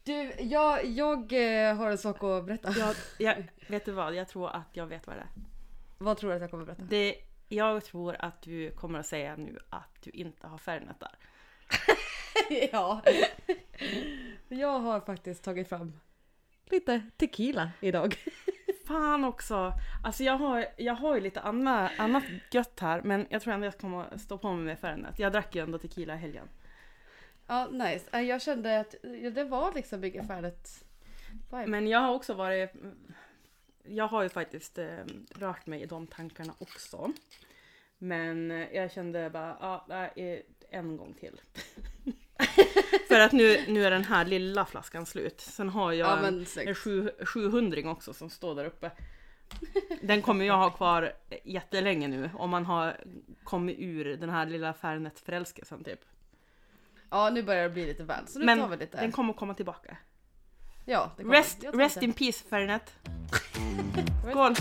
Du, jag har en sak att berätta. Vet du vad? Jag tror att jag vet vad det är. Vad tror du att jag kommer att berätta? Jag tror att du kommer att säga nu att du inte har Fernet där. Ja. Jag har faktiskt tagit fram lite tequila idag. Fan också. Alltså jag har ju lite annat gött här. Men jag tror ändå jag kommer att stå på mig med Fernet. Jag drack ju ändå tequila i helgen. Ja, nice. Jag kände att det var liksom mycket Fernet vibe. Men jag har också varit... Jag har ju faktiskt rört mig i de tankarna också. Men jag kände bara, en gång till. För att nu är den här lilla flaskan slut. Sen har jag en 700 också som står där uppe. Den kommer jag ha kvar jättelänge nu. Om man har kommit ur den här lilla Fernet-förälskelsen typ. Ja, nu börjar det bli lite väl. Så nu men tar vi lite. Den kommer komma tillbaka. Ja, det kommer. Rest in peace, Fernet. Skål!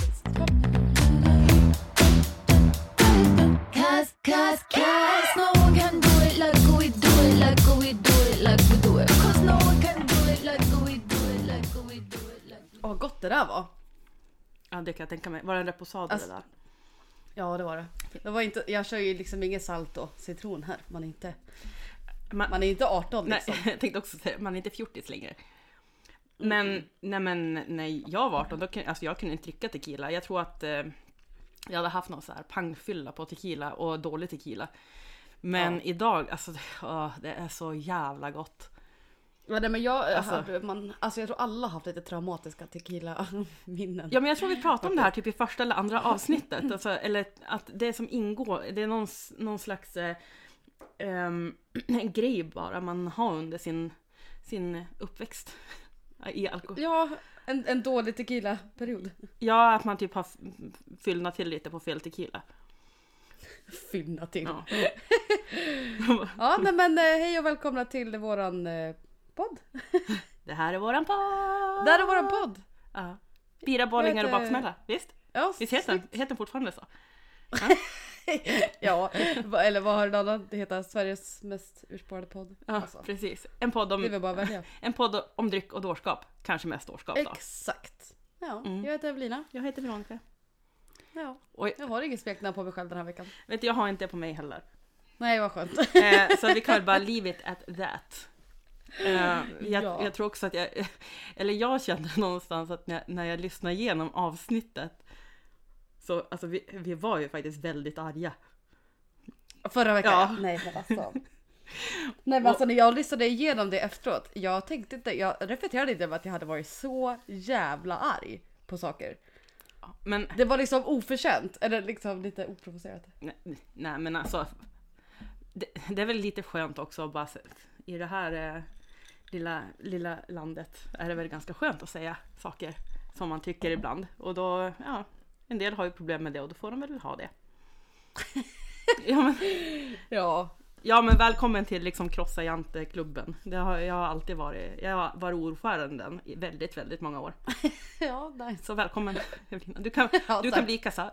Cause no one can do it like we do it, like we do it, like we do it. Cause no one can do it like we do it, like we do it, like we do it. Åh, gott det där var. Ja, det kan jag tänka mig. Var det en reposado det där? Ja, det var det. Det var inte, jag kör ju liksom inget salt och citron här. Man är inte 18 liksom. Nej, jag tänkte också säga, man är inte 40 längre. Men när jag var 18 då jag kunde inte dricka tequila. Jag tror att jag hade haft någon så här pangfylla på tequila och dålig tequila. Men idag, alltså det är så jävla gott. Ja, men jag tror alla har haft lite traumatiska tequila-minnen. Ja, men jag tror vi pratade om det här typ i första eller andra avsnittet. Alltså, eller att det som ingår, det är någon slags grej bara man har under sin uppväxt i alkohol. Ja, en dålig tequila-period. Ja, att man typ har fyllnat till lite på fel tequila. Fyllna till. Ja. Ja, nej, men hej och välkomna till våran podd. Det här är våran podd. Det här är våran podd. Ja. Bira, bollingar och baksmälla, visst? Ja, visst heter den fortfarande så? Ja, eller vad har den annan? Det heter Sveriges mest urspårade podd. Ja, alltså. Precis. En podd om, det vill bara välja. En podd om dryck och dårskap. Kanske mest dårskap då. Exakt. Ja, jag heter Evelina. Jag heter Veronica. Ja. Oj. Jag har inget smeknamn på mig själv den här veckan. Vet du, jag har inte det på mig heller. Nej, vad skönt. Så vi kan väl bara leave it at that. Jag tror också att jag kände någonstans att när jag lyssnade igenom avsnittet så alltså vi var ju faktiskt väldigt arga. Förra veckan? Ja. Nej, men alltså. Nej, men alltså när jag lyssnade igenom det efteråt, jag reflekterade inte över att jag hade varit så jävla arg på saker. Men det var liksom oförtjänt, eller liksom lite oprovocerat. Nej, men alltså det är väl lite skönt också bara i det här lilla landet är det väl ganska skönt att säga saker som man tycker ibland. Och då, en del har ju problem med det och då får de väl ha det. Ja, men välkommen till liksom Krossa Jante-klubben. Jag har alltid varit, jag har varit ordförande i väldigt, väldigt många år. Ja, nice. Så välkommen, Evelina. Du kan bli kassar.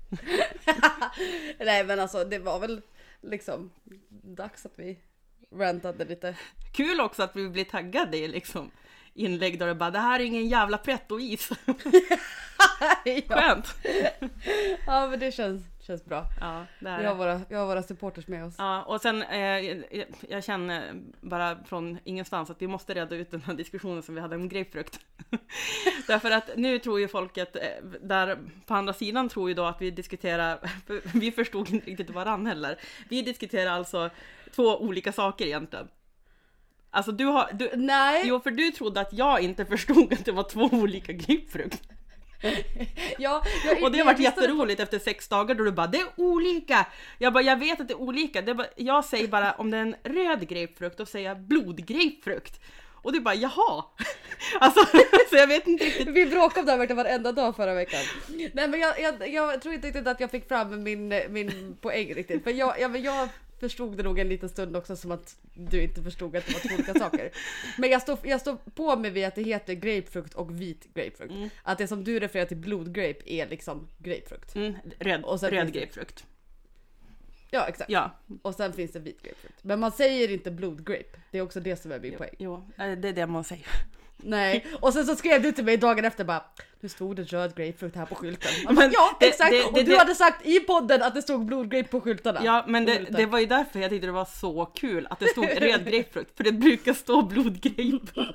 Nej, men alltså det var väl liksom dags att vi rantade lite. Kul också att vi blir taggade i liksom inlägg där det bara, det här är ingen jävla pretto-is. Skönt. Ja, men det känns bra. Ja, vi har våra supporters med oss. Ja, och sen jag känner bara från ingenstans att vi måste reda ut den här diskussionen som vi hade om grapefrukt. Därför att nu tror ju folket där på andra sidan tror ju då att vi diskuterar, vi förstod inte riktigt varann heller. Vi diskuterar alltså 2 olika saker egentligen. Alltså nej. Jo, för du trodde att jag inte förstod att det var 2 olika grapefrukt. Och det har varit jätteroligt efter 6 dagar då du bara, det är olika. Jag vet att det är olika. Jag säger bara, om det är en röd grapefrukt då säger jag blodgrapefrukt. Och du bara, jaha. Alltså, så jag vet inte riktigt. Vi bråkade om det här verkligen varenda dag förra veckan. Nej, men jag tror inte riktigt att jag fick fram min poäng riktigt. För jag förstod det nog en liten stund också som att du inte förstod att det var 2 olika saker. Men jag står på mig vid att det heter grapefrukt och vit grapefrukt. Att det som du refererar till blodgrape är liksom grapefrukt. Röd grapefrukt. Ja, exakt. Ja, Och sen finns det vit grapefrukt. Men man säger inte blodgrape. Det är också det som är min poäng. jo, det är det man säger. Nej, och sen så skrev du till mig dagen efter bara, nu stod det röd grapefrukt här på skylten. Men Ja, exakt! Och du det- hade sagt i podden att det stod blodgrape på skyltarna. Ja, men På det skylten. var ju därför jag tyckte det var så kul att det stod röd grapefrukt, för det brukar stå blodgrape.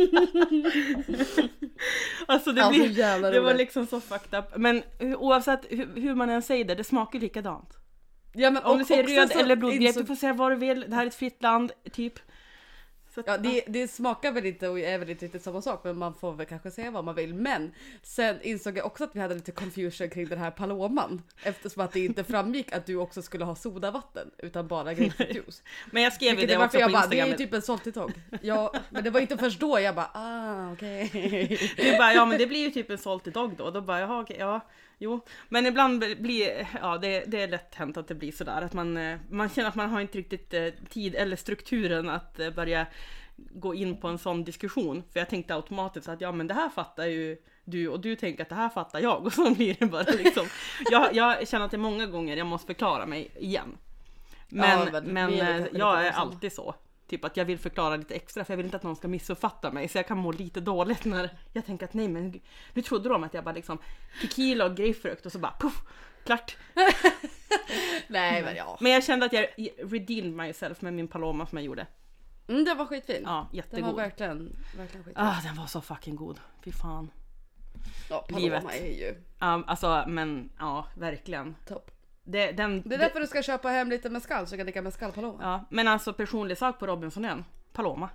Alltså det, Alltså, blir, jävla det var roligt. liksom så fucked up. Men oavsett hur man än säger det smakar likadant. Ja, men Om du säger också röd så eller blodgrape, insåg- du får säga vad du vill, det här är ett fritt land, typ. Så att, Ja, det smakar väl inte och är väl inte riktigt samma sak, men man får väl kanske säga vad man vill. Men sen insåg jag också att vi hade lite confusion kring den här paloman, eftersom att det inte framgick att du också skulle ha sodavatten utan bara grapefruktjuice. Men jag skrev ju Vilket det är varför också på jag bara, det är Instagram. ju typ en saltitång. Ja, men det var inte först då jag bara, okej. Du bara, ja men det blir ju typ en salty dog då. Då bara, jaha okej, ja, jo. Men ibland blir, ja det är lätt hänt att det blir sådär. Att man känner att man har inte riktigt tid eller strukturen att börja gå in på en sån diskussion. För jag tänkte automatiskt att ja men det här fattar ju du och du tänker att det här fattar jag. Och så blir det bara liksom, jag känner att det är många gånger jag måste förklara mig igen. Men, Ja, men vi är väl kanske jag lite är långsamma. alltid så. Typ att jag vill förklara lite extra för jag vill inte att någon ska missuppfatta mig. Så jag kan må lite dåligt när jag tänker att nej men nu trodde de att jag bara liksom tequila och grapefrukt och så bara puff, klart. Nej, men ja. Men jag kände att jag redeemed myself med min paloma som jag gjorde. Det var skitfin. Ja, Den jättegod. var verkligen skitfin. Den var så fucking god. Fy fan. Ja, livet. paloma är ju Alltså men ja, verkligen. topp. Det Det är därför du ska köpa hem lite mezcal så du kan dricka mezcal paloma. ja, men alltså personlig sak på Robinsonön. Paloma.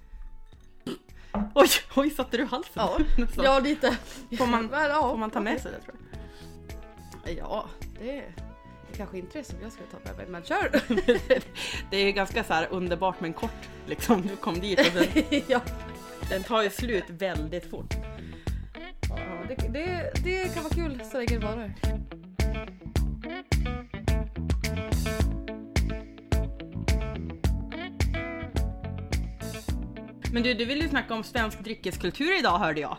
Oj, satte du halsen? Ja, Nästan. ja lite. Får man, Men, ja, får man ta med okej. sig det tror jag? Ja, det kanske inte är som jag ska ta med mig, men kör! Det är ju ganska så här underbart men kort liksom. Du kom dit och Ja, den tar ju slut väldigt fort. ja, det kan vara kul så länge det varar. Men du vill ju snacka om svensk dryckeskultur idag hörde jag.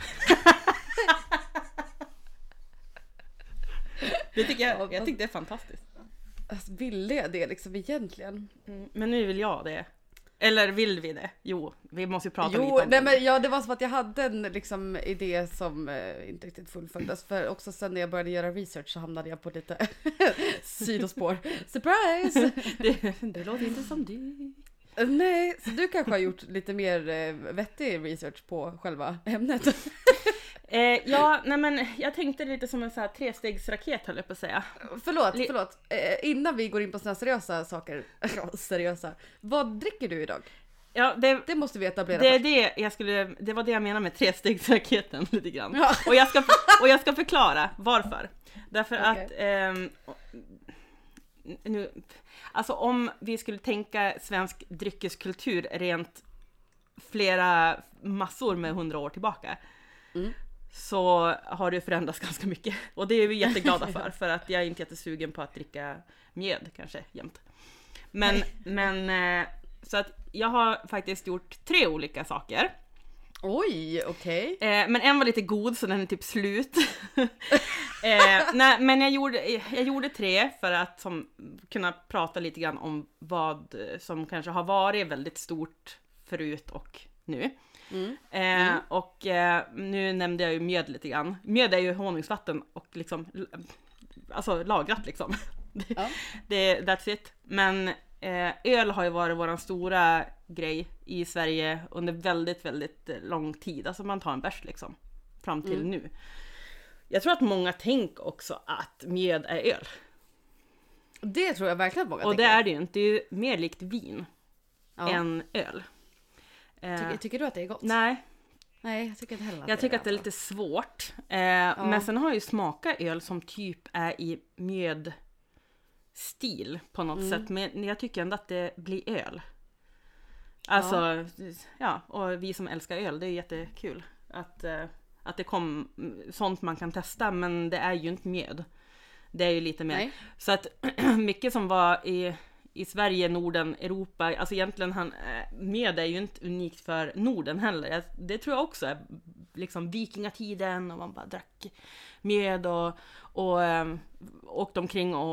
Det tycker jag tycker det är fantastiskt. Alltså, ville jag det liksom egentligen? Men nu vill jag det. Eller vill vi det? Jo, vi måste ju prata lite Jo, om nej det. men ja, det var som att jag hade en liksom, idé som inte riktigt fullföljdes. För också sen när jag började göra research så hamnade jag på lite sidospår. Surprise! Det låter inte som du. Nej, så du kanske har gjort lite mer vettig research på själva ämnet. Ja, nej men jag tänkte lite som en så här trestegsraket höll jag på att säga. Förlåt. Innan vi går in på såna seriösa saker, seriösa. Vad dricker du idag? Ja, Det måste vi etablera det är först. det var det jag menar med trestegsraketen lite grann. Ja. Och jag ska förklara varför. Därför Okej. att nu, alltså om vi skulle tänka svensk dryckeskultur rent flera massor med 100 år tillbaka. Så har det förändrats ganska mycket. Och det är vi jätteglada för att jag är inte jättesugen på att dricka mjöd kanske jämt. Men så att jag har faktiskt gjort 3 olika saker. Oj, okej. Men en var lite god så den är typ slut. Nej, men jag gjorde 3 för att kunna prata lite grann om vad som kanske har varit väldigt stort förut och nu. Och nu nämnde jag ju mjöd lite grann. Mjöd är ju honungsvatten och liksom alltså lagrat liksom. Ja. That's it. Men öl har ju varit våran stora grej i Sverige under väldigt, väldigt lång tid. Alltså man tar en bärs liksom. Fram till nu. Jag tror att många tänker också att mjöd är öl. Det tror jag verkligen att många Och det tänker. är det ju inte. Det är ju mer likt vin än öl. Tycker du att det är gott? Nej, Nej, jag tycker inte heller att jag tycker att det är alltså. lite svårt. Men sen har jag ju smakat öl som typ är i mjödstil på något sätt. Men jag tycker ändå att det blir öl. Alltså, ja. Och vi som älskar öl, det är jättekul. Att det kom sånt man kan testa, men det är ju inte mjöd. Det är ju lite mer. Nej. Så att mycket som var i Sverige, Norden, Europa, alltså egentligen mjöd är ju inte unikt för Norden heller. Det tror jag också är liksom vikingatiden och man bara drack mjöd och åkte omkring och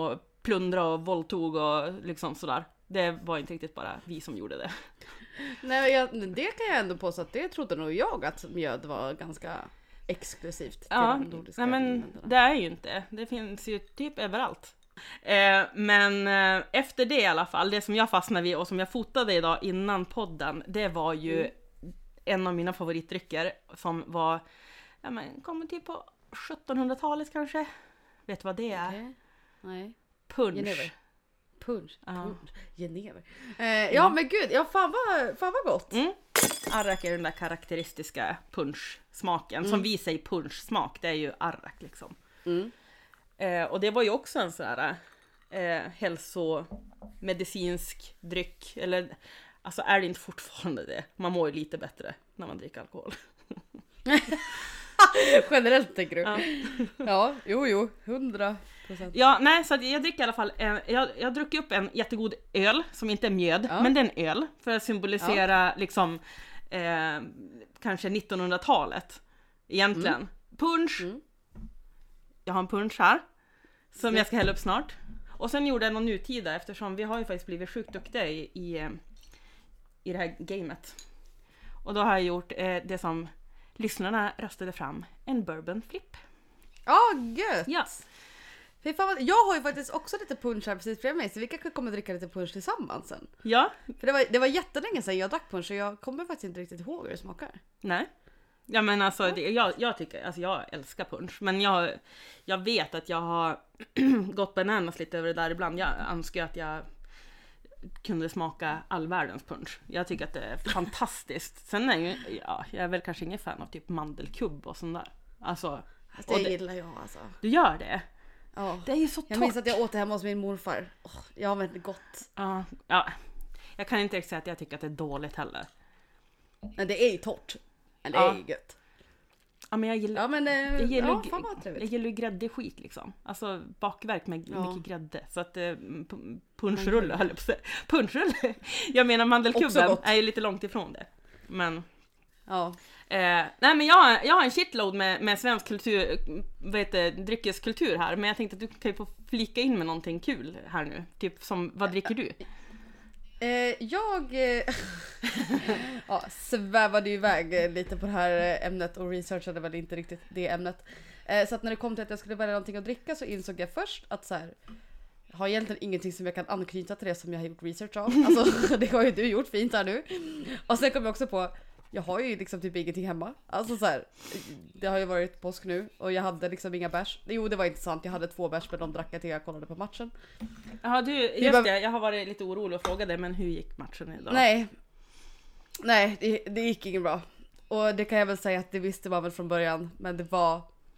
plundra och våldtog och liksom sådär. Det var inte riktigt bara vi som gjorde det. Nej, det kan jag ändå påstå att det trodde nog jag att mjöd var ganska exklusivt till Ja, de nordiska nej, men länderna. det är ju inte. Det finns ju typ överallt. Men efter det i alla fall, det som jag fastnade vid och som jag fotade idag innan podden, det var ju en av mina favoritdrycker som var, ja men kommer typ på 1700-talet kanske. Vet du vad det är? Okej. Nej. Punsch. Genever. Punsch. Ja. Punsch. Genever. Ja men gud, ja fan vad gott. Arrak är den där karaktäristiska punschsmaken. Som vi säger punschsmak, det är ju arrak liksom. Och det var ju också en sån här hälsomedicinsk dryck. Eller, alltså är det inte fortfarande det? Man mår ju lite bättre när man dricker alkohol. Generellt tänker du? Ja. Ja, jo, 100%. Ja, nej, så att jag dricker i alla fall jag druckit upp en jättegod öl som inte är mjöd, men det är en öl för att symbolisera liksom kanske 1900-talet egentligen. Punsch. Jag har en punsch här som jag ska hälla upp snart. Och sen gjorde jag någon nutida eftersom vi har ju faktiskt blivit sjukt duktiga i det här gamet. Och då har jag gjort det som lyssnarna röstade fram, en bourbon flip. Gött! Ja. Fy fan, jag har ju faktiskt också lite punsch här precis bredvid mig, så vi kanske kommer dricka lite punsch tillsammans sen. Ja. För det var jättelänge sedan jag drack punsch, så jag kommer faktiskt inte riktigt ihåg hur det smakar. Nej. Ja men alltså jag tycker, alltså jag älskar punsch, men jag vet att jag har gått bananas lite över det där ibland. Jag önskar att jag kunde smaka all världens punsch. Jag tycker att det är fantastiskt. Sen är ju, jag är väl kanske ingen fan av typ mandelkubb och sånt där. Alltså, Det gillar jag alltså. Du gör det? Ja. Det är ju så torrt. Jag minns att jag åt det hemma hos min morfar. Jag har väldigt gott. Ja. Jag kan inte säga att jag tycker att det är dåligt heller. Men det är ju torrt. Men det är ju gött. Ja men jag gillar, Ja men fan vad jag trevligt. gillar ju gräddig skit liksom. Alltså bakverk med mycket grädde. Så att punschrulle höll jag på att säga. Punschrulle? Jag menar mandelkubben är ju lite långt ifrån det. Men Ja. nej men jag har en shitload med svensk kultur, dryckeskultur här. Men jag tänkte att du kan ju få flika in med någonting kul här nu. Typ som, vad dricker du? Jag svävade ju iväg lite på det här ämnet och researchade väl inte riktigt det ämnet. Så att när det kom till att jag skulle välja någonting att dricka så insåg jag först att så här, jag har egentligen ingenting som jag kan anknyta till det som jag har gjort research av. Alltså det har ju du gjort fint här nu. Och sen kom jag också på, jag har ju liksom typ ingenting hemma. Alltså så här, det har ju varit påsk nu och jag hade liksom inga bärs. Jo, det var inte sant. Jag hade 2 bärs men de drack jag till jag kollade på matchen. Ja, just det. Jag har varit lite orolig och frågade, men hur gick matchen idag? Nej, det gick inget bra. Och det kan jag väl säga att det visste man väl från början, men det var...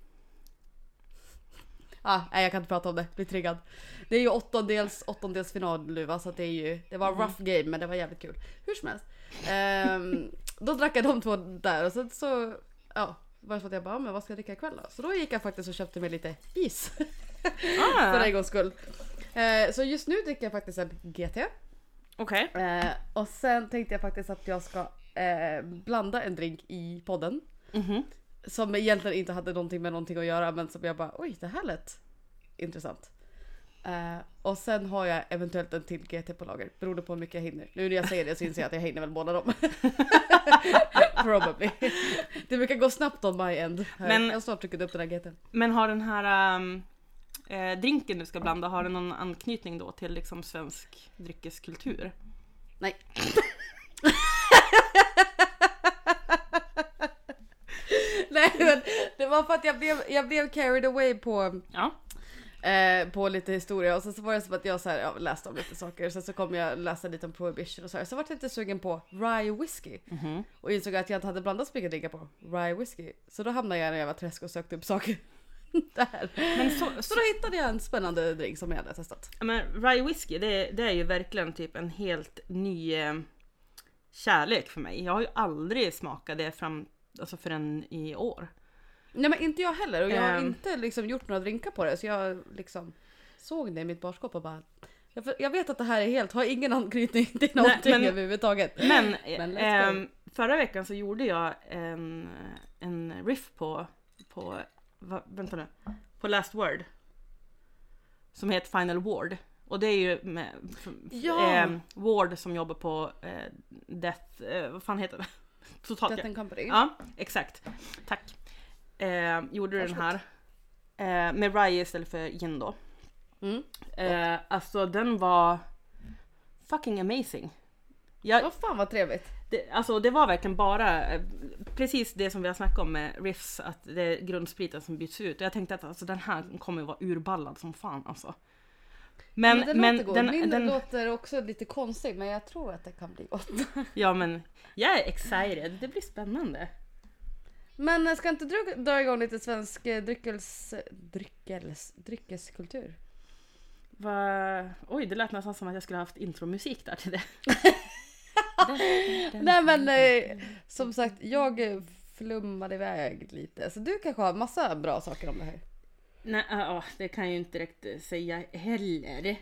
nej, jag kan inte prata om det, blir triggad. Det är ju åttondelsfinal nu, va? Så att det var rough game, men det var jävligt kul. Hur som helst. Då drack jag de 2 där och sen så var det så att jag bara, men vad ska jag dricka ikväll då? Så då gick jag faktiskt och köpte mig lite is. För en gångs skull. Så just nu dricker jag faktiskt en GT. Okej. Och sen tänkte jag faktiskt att jag ska blanda en drink i podden. Som egentligen inte hade någonting att göra, men som jag bara, oj, det här lät intressant. Och sen har jag eventuellt en till GT på lager, beroende på hur mycket jag hinner. Nu när jag säger det så inser jag att jag hinner väl båda dem. Probably. Det brukar gå snabbt on my end. Men jag har snart tryckt upp den här GT. Men har den här drinken du ska blanda, har den någon anknytning då till liksom svensk dryckeskultur? Nej. Nej, men det var för att jag blev carried away på lite historia, och så var det som att jag så här, läste om lite saker, sen så kom jag läsa lite om Prohibition och så här. Så var jag lite sugen på rye whisky och insåg att jag inte hade blandat så mycket dricka på rye whisky, så då hamnade jag när jag var träsk och sökte upp saker där. Men så då hittade jag en spännande drink som jag hade testat. Men rye whisky, det är ju verkligen typ en helt ny kärlek för mig. Jag har ju aldrig smakat det förrän i år. Nej, men inte jag heller, och jag har inte liksom gjort några drinkar på det, så jag liksom såg det i mitt barskåp och bara, jag vet att det här är har ingen anknytning till någonting överhuvudtaget. Men förra veckan så gjorde jag en riff på vänta nu, på Last Word. som heter Final Ward. Och det är ju med Ward som jobbar på vad fan heter det? Totalt. Death and Company. Ja, exakt. Tack. Gjorde den här med Rye istället för Jin då. Alltså den var fucking amazing. Vad fan vad trevligt. Det var verkligen bara precis det som vi har snackat om med riffs, att det är grundspriten som byts ut. Och jag tänkte att alltså, den här kommer att vara urballad som fan alltså. Men den låter god. Min låter också lite konstig, men jag tror att det kan bli gott. Ja, men jag är excited. Det blir spännande. Men ska inte du dra igång lite svensk dryckeskultur? Oj, det lät nästan som att jag skulle ha haft intromusik där till det. Nej men som sagt, jag flummade iväg lite. Så du kanske har massa bra saker om det här. Nej, det kan jag ju inte direkt säga heller.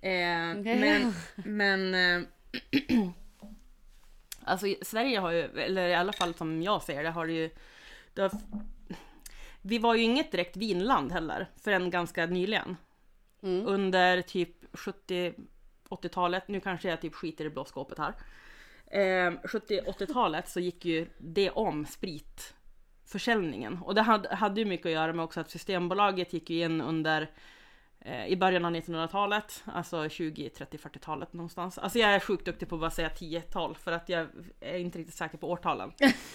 Men alltså Sverige har ju, eller i alla fall som jag ser det, vi var ju inget direkt vinland heller förrän ganska nyligen. Under typ 70-80-talet, nu kanske jag typ skiter i blåskåpet här. 70-80-talet så gick ju det om spritförsäljningen. Och det hade ju mycket att göra med också att Systembolaget gick ju in under i början av 1900-talet, alltså 20, 30, 40-talet någonstans. Alltså jag är sjukt duktig på att bara säga 10-tal för att jag är inte riktigt säker på årtalen.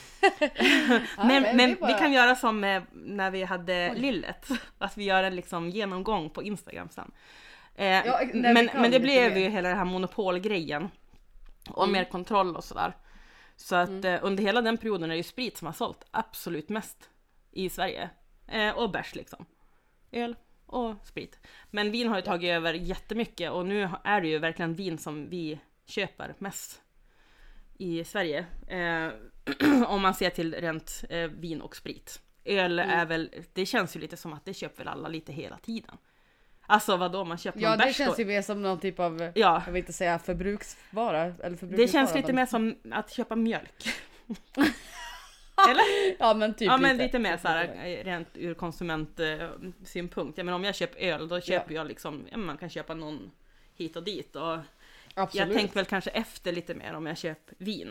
men vi kan göra som när vi hade Lillet, att vi gör en liksom genomgång på Instagram sen. Men det blev ju hela den här monopolgrejen och mer kontroll och sådär. Så att under hela den perioden är det ju sprit som har sålt absolut mest i Sverige. Och bärs liksom. Öl och sprit. Men vin har ju tagit över jättemycket och nu är det ju verkligen vin som vi köper mest i Sverige. Om man ser till rent vin och sprit. Öl är väl, det känns ju lite som att det köper väl alla lite hela tiden. Alltså vadå, man köper någon bärs. Ja, det känns ju mer som någon typ av, jag vill inte säga förbruksvara. Eller det känns lite mer som att köpa mjölk. Eller? Ja, men typ ja, men lite mer så här rent ur konsumentsynpunkt. Jag menar, om jag köper öl, då köper jag liksom, man kan köpa någon hit och dit. Och jag tänker väl kanske efter lite mer om jag köper vin.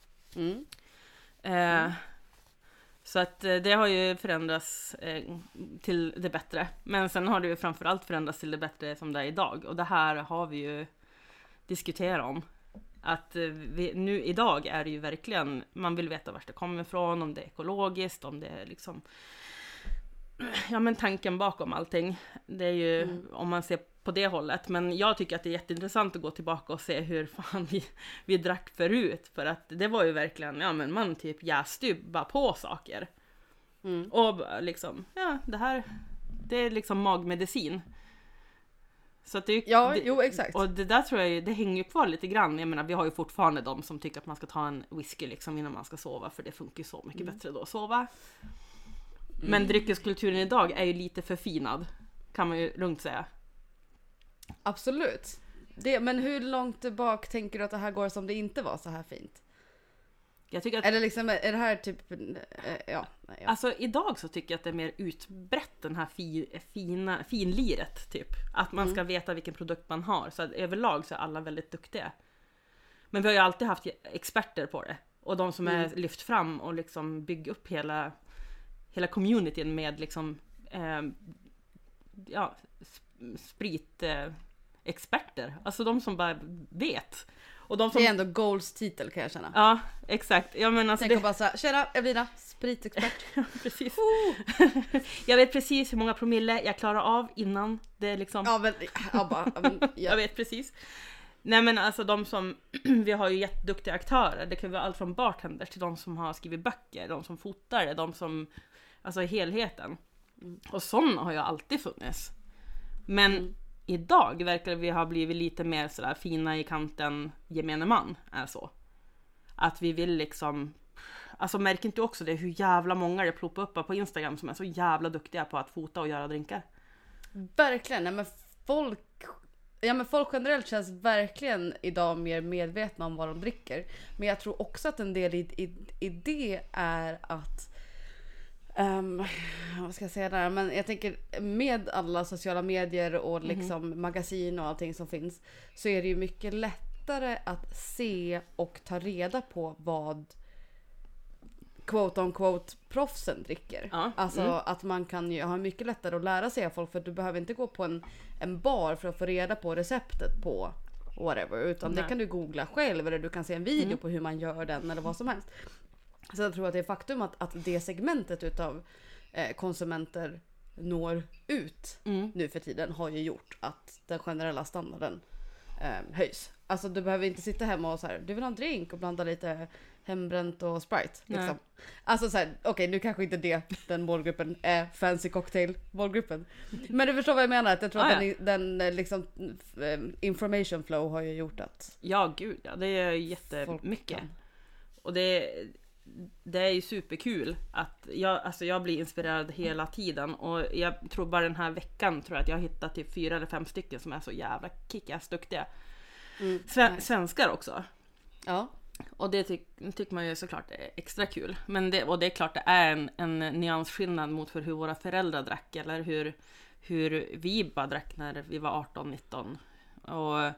Så att det har ju förändrats till det bättre. Men sen har det ju framförallt förändrats till det bättre som det är idag. Och det här har vi ju diskuterat om. Att nu idag är det ju verkligen, man vill veta var det kommer ifrån, om det är ekologiskt, om det är liksom, ja men tanken bakom allting. Det är ju om man ser på det hållet. Men jag tycker att det är jätteintressant att gå tillbaka och se hur fan vi drack förut. För att det var ju verkligen, ja men man typ jäste ju bara på saker. Och liksom, ja det är liksom magmedicin. Så att exakt. Och det där tror jag det hänger ju kvar lite grann. Jag menar, vi har ju fortfarande de som tycker att man ska ta en whisky liksom innan man ska sova. För det funkar ju så mycket bättre då att sova. Men dryckeskulturen idag är ju lite förfinad. Kan man ju lugnt säga. Absolut. Men hur långt bak tänker du att det här går som det inte var så här fint? Jag tycker att, eller liksom, är det här typ, Alltså idag så tycker jag att det är mer utbrett den här finliret typ. Att man ska veta vilken produkt man har. Så att överlag så är alla väldigt duktiga. Men vi har ju alltid haft experter på det. Och de som är lyft fram och liksom bygger upp hela communityn med liksom spritexperter. Alltså de som bara vet. Och de som... Det är ändå Golds titel kan jag känna. Ja, exakt. Ja, men alltså tänk bara såhär, tjena Evelina, spritexpert. Precis. Jag vet precis hur många promille jag klarar av innan det liksom... Jag vet precis. Nej men alltså de som, vi har ju jätteduktiga aktörer. Det kan vara allt från bartenders till de som har skrivit böcker, de som fotar, de som, alltså helheten. Och sådana har ju alltid funnits. Men idag verkar vi ha blivit lite mer sådär fina i kanten, gemene man är så. Att vi vill liksom, alltså märker inte också det hur jävla många det ploppar upp på Instagram som är så jävla duktiga på att fota och göra drinkar. Verkligen, nej men folk generellt känns verkligen idag mer medvetna om vad de dricker. Men jag tror också att en del i det är Vad ska jag säga där? Men jag tänker med alla sociala medier och liksom magasin och allting som finns, så är det ju mycket lättare att se och ta reda på vad quote on quote proffsen dricker. Ja. Alltså att man kan ju ha mycket lättare att lära sig av folk, för du behöver inte gå på en bar för att få reda på receptet på whatever, utan det kan du googla själv, eller du kan se en video på hur man gör den eller vad som helst. Så jag tror att det är faktum att det segmentet utav konsumenter når ut nu för tiden har ju gjort att den generella standarden höjs. Alltså du behöver inte sitta hemma och så här, du vill ha en drink och blanda lite hembränt och Sprite liksom. Alltså så här, okej, nu kanske inte den målgruppen är fancy cocktail målgruppen. Men du förstår vad jag menar, att jag tror att den liksom information flow har ju gjort att Ja, gud, ja, det är jättemycket. Och det är ju superkul att jag blir inspirerad hela tiden, och jag tror bara den här veckan tror jag att jag har hittat typ 4 eller 5 stycken som är så jävla kick-ass duktiga. Svenskar också. Ja. Och det tycker man ju såklart är extra kul. Men det är klart det är en nyansskillnad mot hur våra föräldrar drack, eller hur vi bara drack när vi var 18-19. Och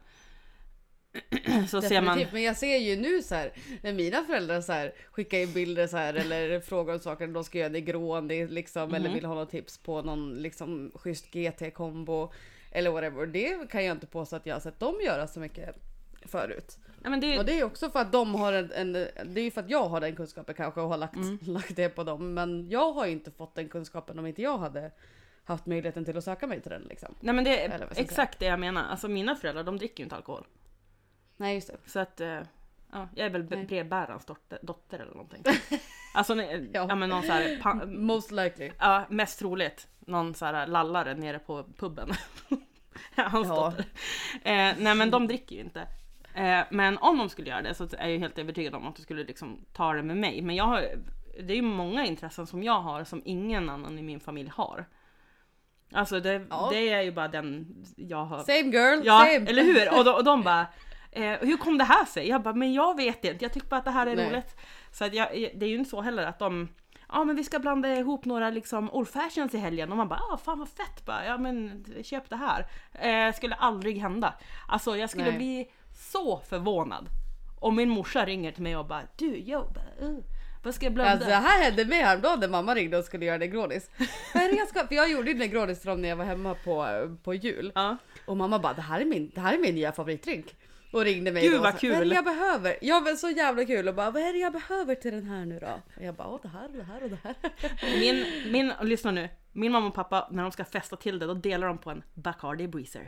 så ser man. Men jag ser ju nu så här, när mina föräldrar så här skickar in bilder så här, eller frågar om saker de ska göra Negroni liksom, eller vill ha något tips på någon liksom schysst GT-kombo eller whatever. Det kan jag inte påstå att jag har sett dem göra så mycket förut. Ja, men och det är också för att de har det är ju för att jag har den kunskapen kanske och har lagt det på dem, men jag har ju inte fått den kunskapen om inte jag hade haft möjligheten till att söka mig till den liksom. Nej, men det är exakt det jag menar. Alltså mina föräldrar, de dricker ju inte alkohol. Nej, just det. Så att jag är väl brevbärarens dotter eller någonting. Alltså ja men någon så här most likely. Ja, mest troligt någon så här lallare nere på puben. Hans dotter. Nej, men de dricker ju inte. Men om de skulle göra det så är jag ju helt övertygad om att de skulle liksom ta det med mig. Men det är ju många intressen som jag har som ingen annan i min familj har. Alltså det är ju bara den jag har. Same girl, ja, same. Eller hur? Och de bara, hur kom det här sig? Jag bara, men jag vet inte. Jag tycker bara att det här är roligt. Så att det är ju inte så heller att de, men vi ska blanda ihop några liksom old fashions i helgen. Och man bara, fan vad fett. Bara, ja men köp det här. Skulle aldrig hända. Alltså jag skulle bli så förvånad om min morsa ringer till mig och bara, du, vad ska jag blanda? Alltså det här hände mig häromdagen när mamma ringde och skulle göra Negronis. För jag gjorde Negronis till dem när jag var hemma på jul. Och mamma bara, det här är min nya favoritdrink. Och ringde mig. Gud vad kul. Vad är det jag behöver? Ja, men så jävla kul. Och bara, vad är det jag behöver till den här nu då? Och jag bara, det här och det här och det här. Lyssna nu. Min mamma och pappa, när de ska festa till det, då delar de på en Bacardi Breezer.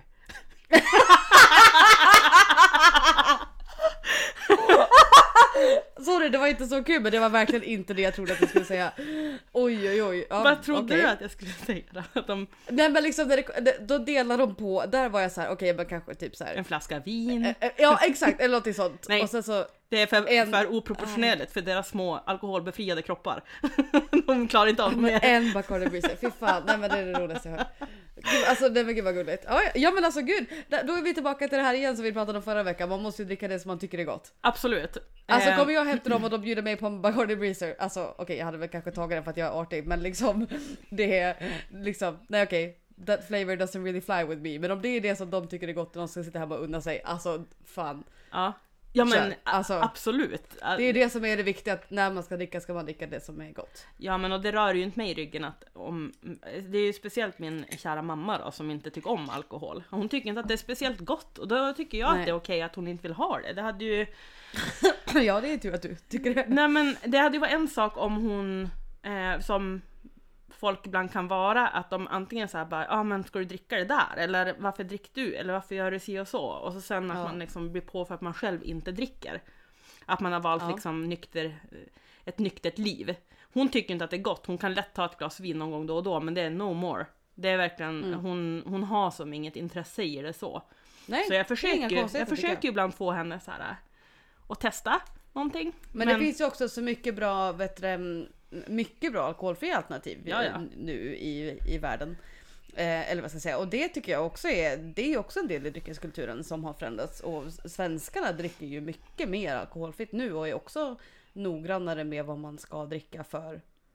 Sorry, det var inte så kul, men det var verkligen inte det jag trodde att du skulle säga. Oj. Ja, vad trodde du att jag skulle säga då? Nej, men liksom då delar de på. Där var jag så här, okej, men kanske typ så här. En flaska vin. Ja, exakt, eller något sånt. Nej, och sen så det är för oproportionerligt för deras små alkoholbefriade kroppar. De klarar inte av mer. En Bacardi Breezer, fy fan. Nej, men det är det roligaste jag hör. Alltså det är mycket vad gulligt. Ja, men alltså gud, då är vi tillbaka till det här igen som vi pratade om förra veckan. Man måste ju dricka det som man tycker är gott. Absolut. Alltså kommer jag hem till dem och de bjuder mig på en Bacardi Breezer. Alltså okej, jag hade väl kanske tagit den för att jag är artig, men liksom det är liksom, nej okej, that flavor doesn't really fly with me. Men om det är det som de tycker är gott och de ska sitta hemma och unna sig, alltså fan. Ja men alltså, absolut. Det är det som är det viktiga, att när man ska dricka det som är gott. Ja, men och det rör ju inte mig i ryggen att det är ju speciellt min kära mamma då som inte tycker om alkohol. Hon tycker inte att det är speciellt gott, och då tycker jag att det är okej att hon inte vill ha det. Det hade ju ja, det är tur att du tycker det. Nej, men det hade ju varit en sak om hon som folk ibland kan vara, att de antingen så här bara, men ska du dricka det där? Eller varför dricker du? Eller varför gör du si och så? Och så sen att man liksom blir på för att man själv inte dricker. Att man har valt liksom ett nyktert liv. Hon tycker inte att det är gott. Hon kan lätt ta ett glas vin någon gång då och då, men det är no more. Det är verkligen, hon har som inget intresse i det så. Nej, så jag försöker ju ibland få henne så här att testa någonting. Men det finns ju också så mycket bra, mycket bra alkoholfria alternativ nu i världen. Eller vad ska jag säga. Och det tycker jag också det är också en del i dryckeskulturen som har förändrats. Och svenskarna dricker ju mycket mer alkoholfritt nu och är också noggrannare med vad man ska dricka för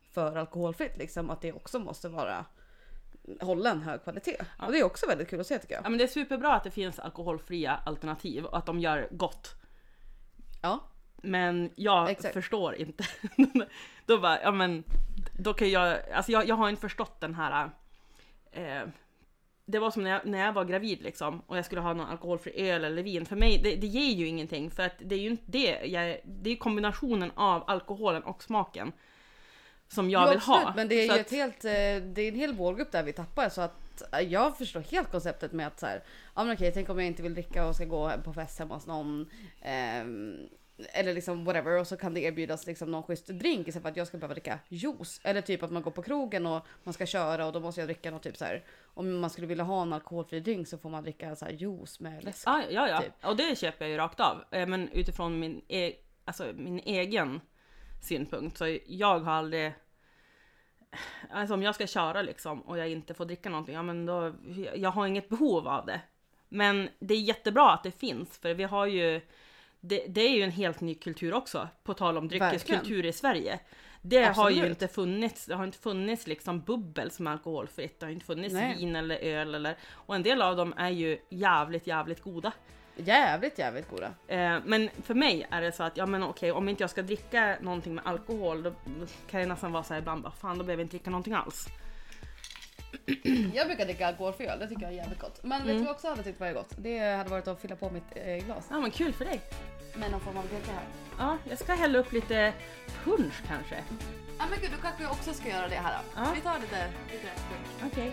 för alkoholfritt liksom, att det också måste vara hålla en hög kvalitet. Ja. Och det är också väldigt kul att se tycker jag. Ja, men det är superbra att det finns alkoholfria alternativ och att de gör gott. Ja. Men jag Exakt. förstår inte. Då bara, ja men då kan jag har inte förstått den här det var som när jag var gravid liksom och jag skulle ha någon alkoholfri öl eller vin. För mig, det ger ju ingenting för att det är ju inte det är kombinationen av alkoholen och smaken som jag vill absolut, ha. men det är Så ju att- det är en hel målgrupp där vi tappar, så att jag förstår helt konceptet med att så här, ja men okej, tänk om jag inte vill dricka och ska gå på fest hemma hos någon eller liksom whatever, och så kan det erbjudas liksom någon schysst drink istället för att jag ska behöva dricka juice, eller typ att man går på krogen och man ska köra och då måste jag dricka något typ så här, om man skulle vilja ha en alkoholfri drink så får man dricka så här juice med läsk. Ja. typ. Och det köper jag ju rakt av. Men utifrån min egen synpunkt så jag har aldrig, alltså om jag ska köra liksom och jag inte får dricka någonting, ja men då, jag har inget behov av det. Men det är jättebra att det finns, för vi har ju, det är ju en helt ny kultur också, på tal om dryckeskultur i Sverige. Det har ju Absolut. inte funnits, det har inte funnits liksom bubbel som är alkoholfritt, det har inte funnits Nej. vin eller öl eller, och en del av dem är ju jävligt goda. Jävligt goda. Men för mig är det så att, ja men okej, om inte jag ska dricka någonting med alkohol, då kan det nästan vara så här ibland, bara, fan då behöver jag inte dricka någonting alls. Jag brukar dricka alkoholfri öl, det tycker jag är jävligt gott. Men vet du vad jag också hade tyckt var gott? Det hade varit att fylla på mitt glas. Ja men kul för dig. Med någon form av dricka här. Ja, jag ska hälla upp lite punch kanske. Ja men gud, då kanske jag också ska göra det här då. Ja. Vi tar lite punch. Okej.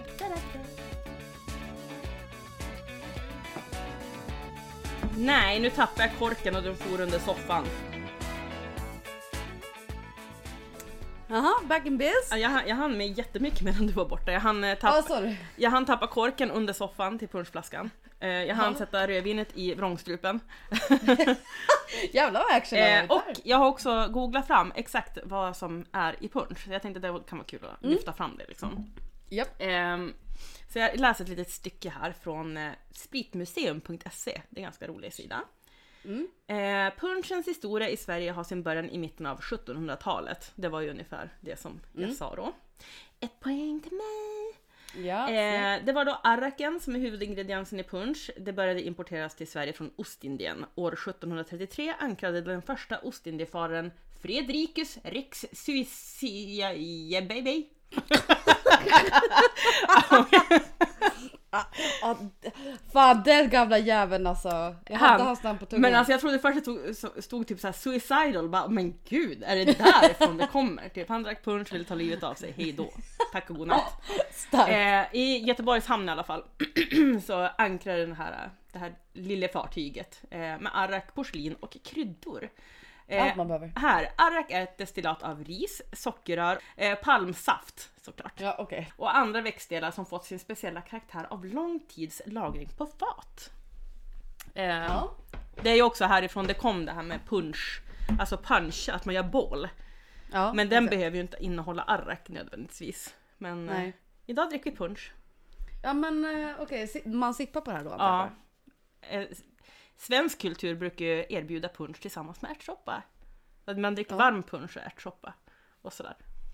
Nej, nu tappar jag korken och den for under soffan. Jaha, back in biz. Ja, jag hann med jättemycket medan du var borta. Sorry. Jag hann tappa korken under soffan till punschflaskan. Jag hann Ja. sätta rödvinet i vrångstrupen. Jävlar vad action Och jag har också googlat fram exakt vad som är i punsch. Jag tänkte att det kan vara kul att lyfta fram det liksom. Japp. Så jag läser ett litet stycke här från spritmuseum.se. Det är en ganska rolig sida. Punschens historia i Sverige har sin början i mitten av 1700-talet. Det var ju ungefär det som jag sa då. Ett poäng till mig. Ja. Det var då arraken som är huvudingrediensen i punsch. Det började importeras till Sverige från Ostindien. År 1733 ankrade den första ostindiefararen Fredricus Rex Suiciae baby. Fan den gamla jäveln alltså. Jag hade hans namn på tungan. Men alltså jag trodde först det stod typ såhär suicidal, bara, men gud, är det därifrån det kommer? Typ han drack punsch, ville ta livet av sig, hej då, tack och godnatt. Starkt. I Göteborgs hamn i alla fall så ankrade det här lilla fartyget med arrak, porslin och kryddor. Allt man behöver. Här, arrak är ett destillat av ris, sockerrör, palmsaft såklart. Ja okej. Och andra växtdelar som fått sin speciella karaktär av lång tids lagring på fat. Ja. Det är ju också härifrån det kom det här med punch, alltså punch, att man gör bål. Ja, Men den exakt. behöver ju inte innehålla arrak nödvändigtvis. Men Nej. idag dricker vi punch. Ja men okej, man sippar på det här då. Ja. Svensk kultur brukar ju erbjuda punch tillsammans med ärtsoppa. Att man dricker varm punch och ärtsoppa och sådär.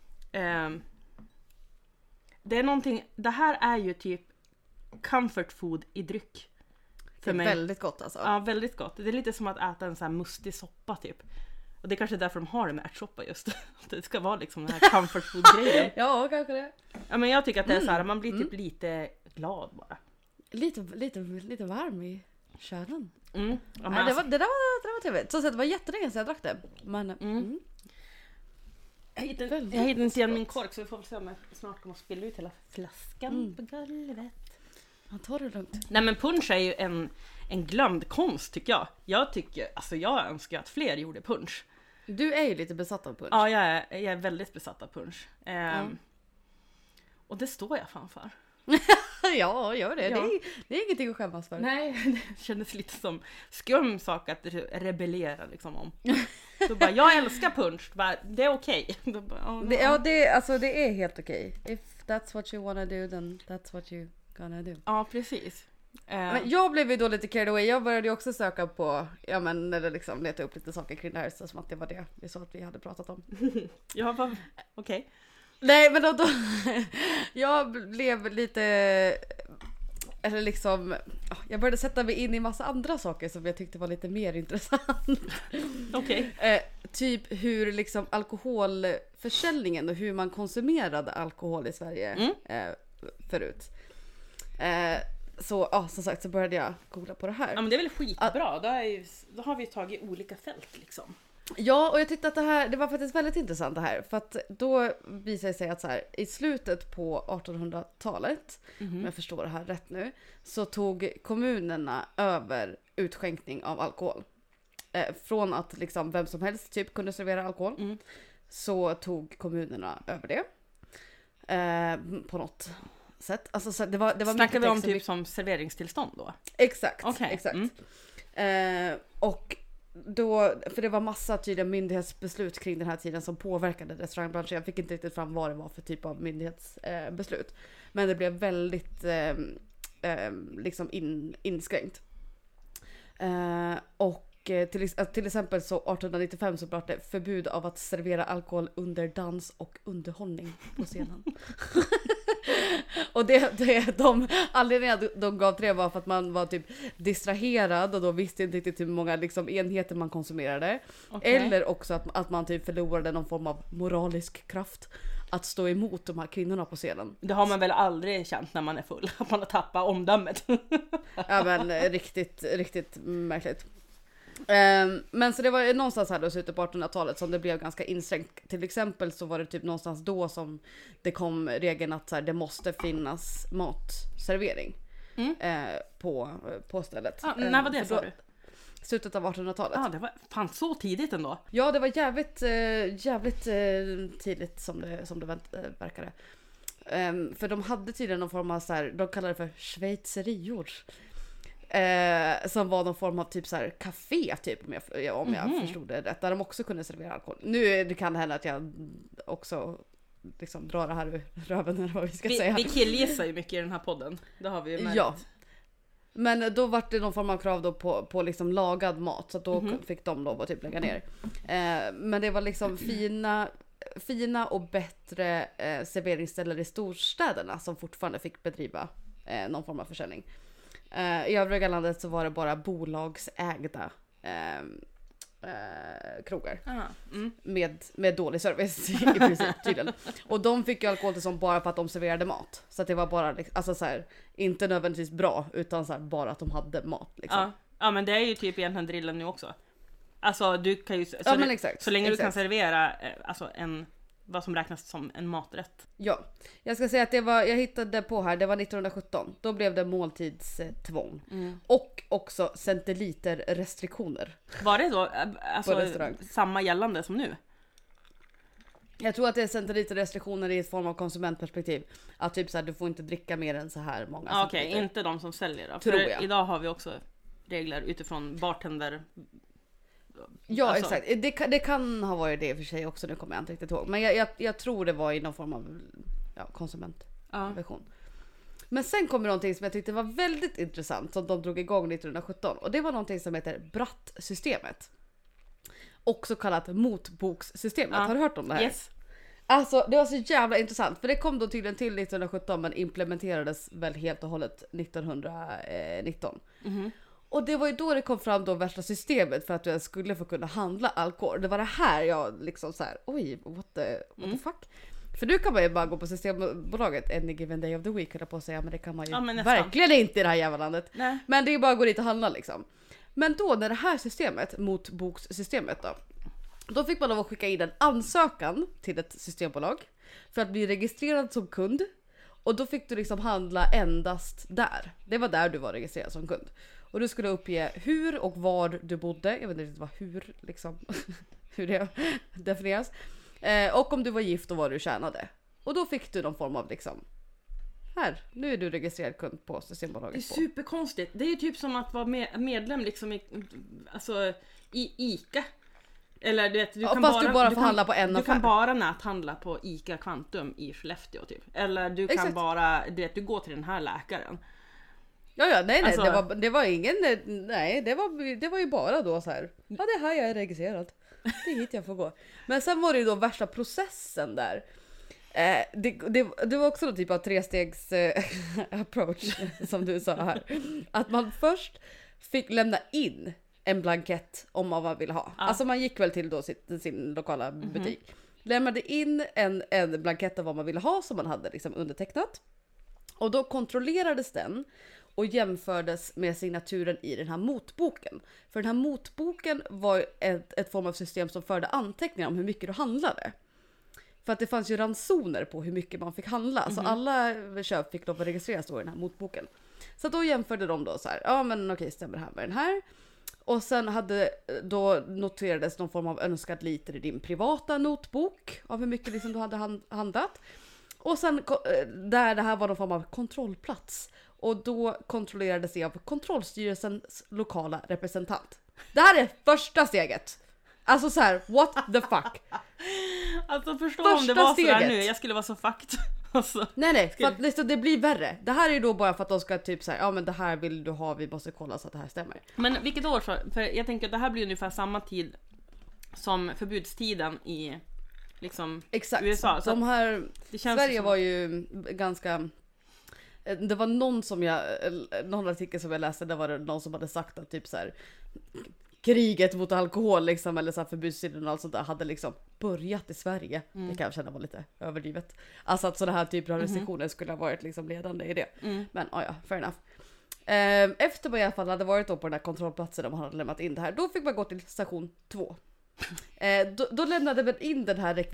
Det är någonting, det här är ju typ comfort food i dryck. Det är väldigt gott alltså. Ja, väldigt gott. Det är lite som att äta en sån här mustig soppa typ. Och det är kanske därför de har det med ärtsoppa just. Det ska vara liksom den här comfort food-grejen. Ja, kanske det. Ja, men jag tycker att det är så här, man blir typ lite glad bara. Lite varm i kölen. Ja, men Nej, alltså, det där var trevligt. Så det var jättelänge sedan jag drack det. Men jag hittade inte igen min kork, så vi får väl se om jag snart kommer att spilla ut hela flaskan på golvet. man tar det lugnt. Nej, men punch är ju en glömd konst tycker jag. Jag önskar att fler gjorde punch. Du är ju lite besatt av punch. Ja, jag är väldigt besatt av punch. Och det står jag fan för. Ja, gör det. Ja. Det är ingenting att skämmas för. Nej, det kändes lite som skum sak att rebellera liksom om. Då bara, jag älskar punch, bara, det är okej. Då bara, Det är helt okej. If that's what you wanna do, then that's what you gonna do. Ja, precis. Men jag blev ju då lite carried away. Jag började ju också söka på, eller liksom leta upp lite saker kring det här, så som att det var det vi sa att vi hade pratat om. Ja, okej. Nej men då jag blev lite, eller liksom, jag började sätta mig in i massa andra saker som jag tyckte var lite mer intressant. Okej. Typ hur liksom alkoholförsäljningen och hur man konsumerade alkohol i Sverige förut. Så som sagt så började jag googla på det här. Ja men det är väl skitbra, då har vi tagit olika fält liksom. Ja, och jag tyckte att det var faktiskt väldigt intressant det här. För att då visade det sig att så här, i slutet på 1800-talet, om jag förstår det här rätt nu, så tog kommunerna över utskänkning av alkohol. Från att liksom vem som helst typ kunde servera alkohol, så tog kommunerna över det. På något sätt. Alltså, så det var snackar vi om typ som serveringstillstånd då? Exakt, okay. Exakt. Och då, för det var massa tydliga myndighetsbeslut kring den här tiden som påverkade restaurangbranschen. Jag fick inte riktigt fram vad det var för typ av myndighetsbeslut. Men det blev väldigt liksom inskränkt. Och till exempel så 1895 så blev det förbud av att servera alkohol under dans och underhållning på scenen. Och de anledningarna de gav till det var för att man var typ distraherad och då visste inte riktigt hur många liksom enheter man konsumerade. Okay. Eller också att man typ förlorade någon form av moralisk kraft att stå emot de här kvinnorna på scenen. Det har man väl aldrig känt när man är full, att man har tappat omdömet. Ja men riktigt märkligt. Men så det var någonstans här då, slutet på 1800-talet som det blev ganska inskränkt. Till exempel så var det typ någonstans då som det kom regeln att så här, det måste finnas matservering på stället. När var det sa du? Slutet av 1800-talet. Det var fan så tidigt ändå. Ja, det var jävligt tidigt som det verkade. För de hade tydligen någon form av så här, de kallade det för schweizerior. Som var någon form av typ så här café typ om jag förstod det rätt, där de också kunde servera alkohol. Nu det kan hända att jag också liksom drar det här ur röven eller vad vi ska säga. Vi killgissar ju mycket i den här podden. Det har vi ju märkt. Ja. Men då var det någon form av krav då på liksom lagad mat, så då fick de lov att typ lägga ner. Men det var liksom fina och bättre serveringsställen i storstäderna som fortfarande fick bedriva någon form av försäljning. I övriga landet så var det bara bolagsägda krogar med dålig service i princip tydligen. Och de fick ju alkohol till som bara för att de serverade mat. Så att det var bara alltså så här, inte nödvändigtvis bra, utan så här, bara att de hade mat liksom. Ja men det är ju typ egentligen drillen nu också. Alltså du kan ju så länge du kan servera alltså vad som räknas som en maträtt. Ja, jag ska säga att jag hittade på här, det var 1917. Då blev det måltidstvång. Och också centiliterrestriktioner. Var det då alltså samma gällande som nu? Jag tror att det är centiliterrestriktioner i ett form av konsumentperspektiv. Att typ så här, du får inte dricka mer än så här många. Okej, inte de som säljer då. Tror jag. Idag har vi också regler utifrån bartender. Ja alltså. Exakt, det kan ha varit det i och för sig också, nu kommer jag inte riktigt ihåg. Men jag tror det var i någon form av konsumentversion. Men sen kommer någonting som jag tyckte var väldigt intressant som de drog igång 1917. Och det var någonting som heter Bratt-systemet. Också kallat motbokssystemet. Har du hört om det här? Yes. Alltså det var så jävla intressant. För det kom då tydligen till 1917 men implementerades väl helt och hållet 1919. Och det var ju då det kom fram då värsta systemet för att du skulle få kunna handla alkohol. Det var det här jag liksom så här, oj, what the fuck. För nu kan man ju bara gå på Systembolaget any given day of the week, eller på att säga, men det kan man ju verkligen inte i det här jävla landet. Nej. Men det är ju bara att gå dit och handla liksom. Men då när det här systemet, motbokssystemet då fick man lov att skicka in en ansökan till ett systembolag för att bli registrerad som kund. Och då fick du liksom handla endast där. Det var där du var registrerad som kund. Och du skulle uppge hur och var du bodde. Jag vet inte riktigt vad hur liksom hur det definieras. Och om du var gift och vad du tjänade. Och då fick du någon form av liksom, här, nu är du registrerad kund på Systembolaget. Det är superkonstigt. Det är ju typ som att vara medlem liksom i ICA. Eller du kan bara handla på en affär. Du kan bara näthandla på ICA Kvantum i Skellefteå typ. Eller du kan bara du går till den här läkaren. Ja, nej, alltså, det var ingen, nej, det var ju bara då så här. Ja, det är här jag är registrerad. Det är hit jag får gå. Men sen var det ju då värsta processen där. Det var också någon typ av trestegs approach som du sa här. Att man först fick lämna in en blankett om vad man ville ha. Alltså man gick väl till då sin lokala butik. Lämnade in en blankett av vad man ville ha som man hade liksom undertecknat. Och då kontrollerades den och jämfördes med signaturen i den här motboken. För den här motboken var ett form av system som förde anteckningar om hur mycket du handlade. För att det fanns ju ransoner på hur mycket man fick handla. Så alla köp fick lov att registreras då i den här motboken. Så då jämförde de då så här, ja men okej, stämmer det här med den här? Och sen då noterades någon form av önskad liter i din privata notbok av hur mycket liksom du hade handlat. Och sen där det här var någon form av kontrollplats. Och då kontrollerades det av kontrollstyrelsens lokala representant. Det här är första steget. Alltså så här, what the fuck? Alltså förstå Första om det var steget. sådär nu, jag skulle vara så fucked. Alltså. Nej, för att liksom, det blir värre. Det här är ju då bara för att de ska typ säga, ja men det här vill du ha, vi måste kolla så att det här stämmer. Men vilket år för jag tänker att det här blir ungefär samma tid som förbudstiden i liksom Exakt. USA. Så de här, det känns Sverige som... var ju ganska... Det var någon artikel som jag läste, där var det någon som hade sagt att typ så här, kriget mot alkohol liksom, eller så här förbudstiden och allt sånt där hade liksom börjat i Sverige. Det kan jag känna var lite överdrivet. Alltså att sådana här typer av restriktioner skulle ha varit liksom ledande i det. Men ja, fair enough. Efter man i alla fall hade varit då på den här kontrollplatsen där man hade lämnat in det här, då fick man gå till station 2. Då lämnade man in den här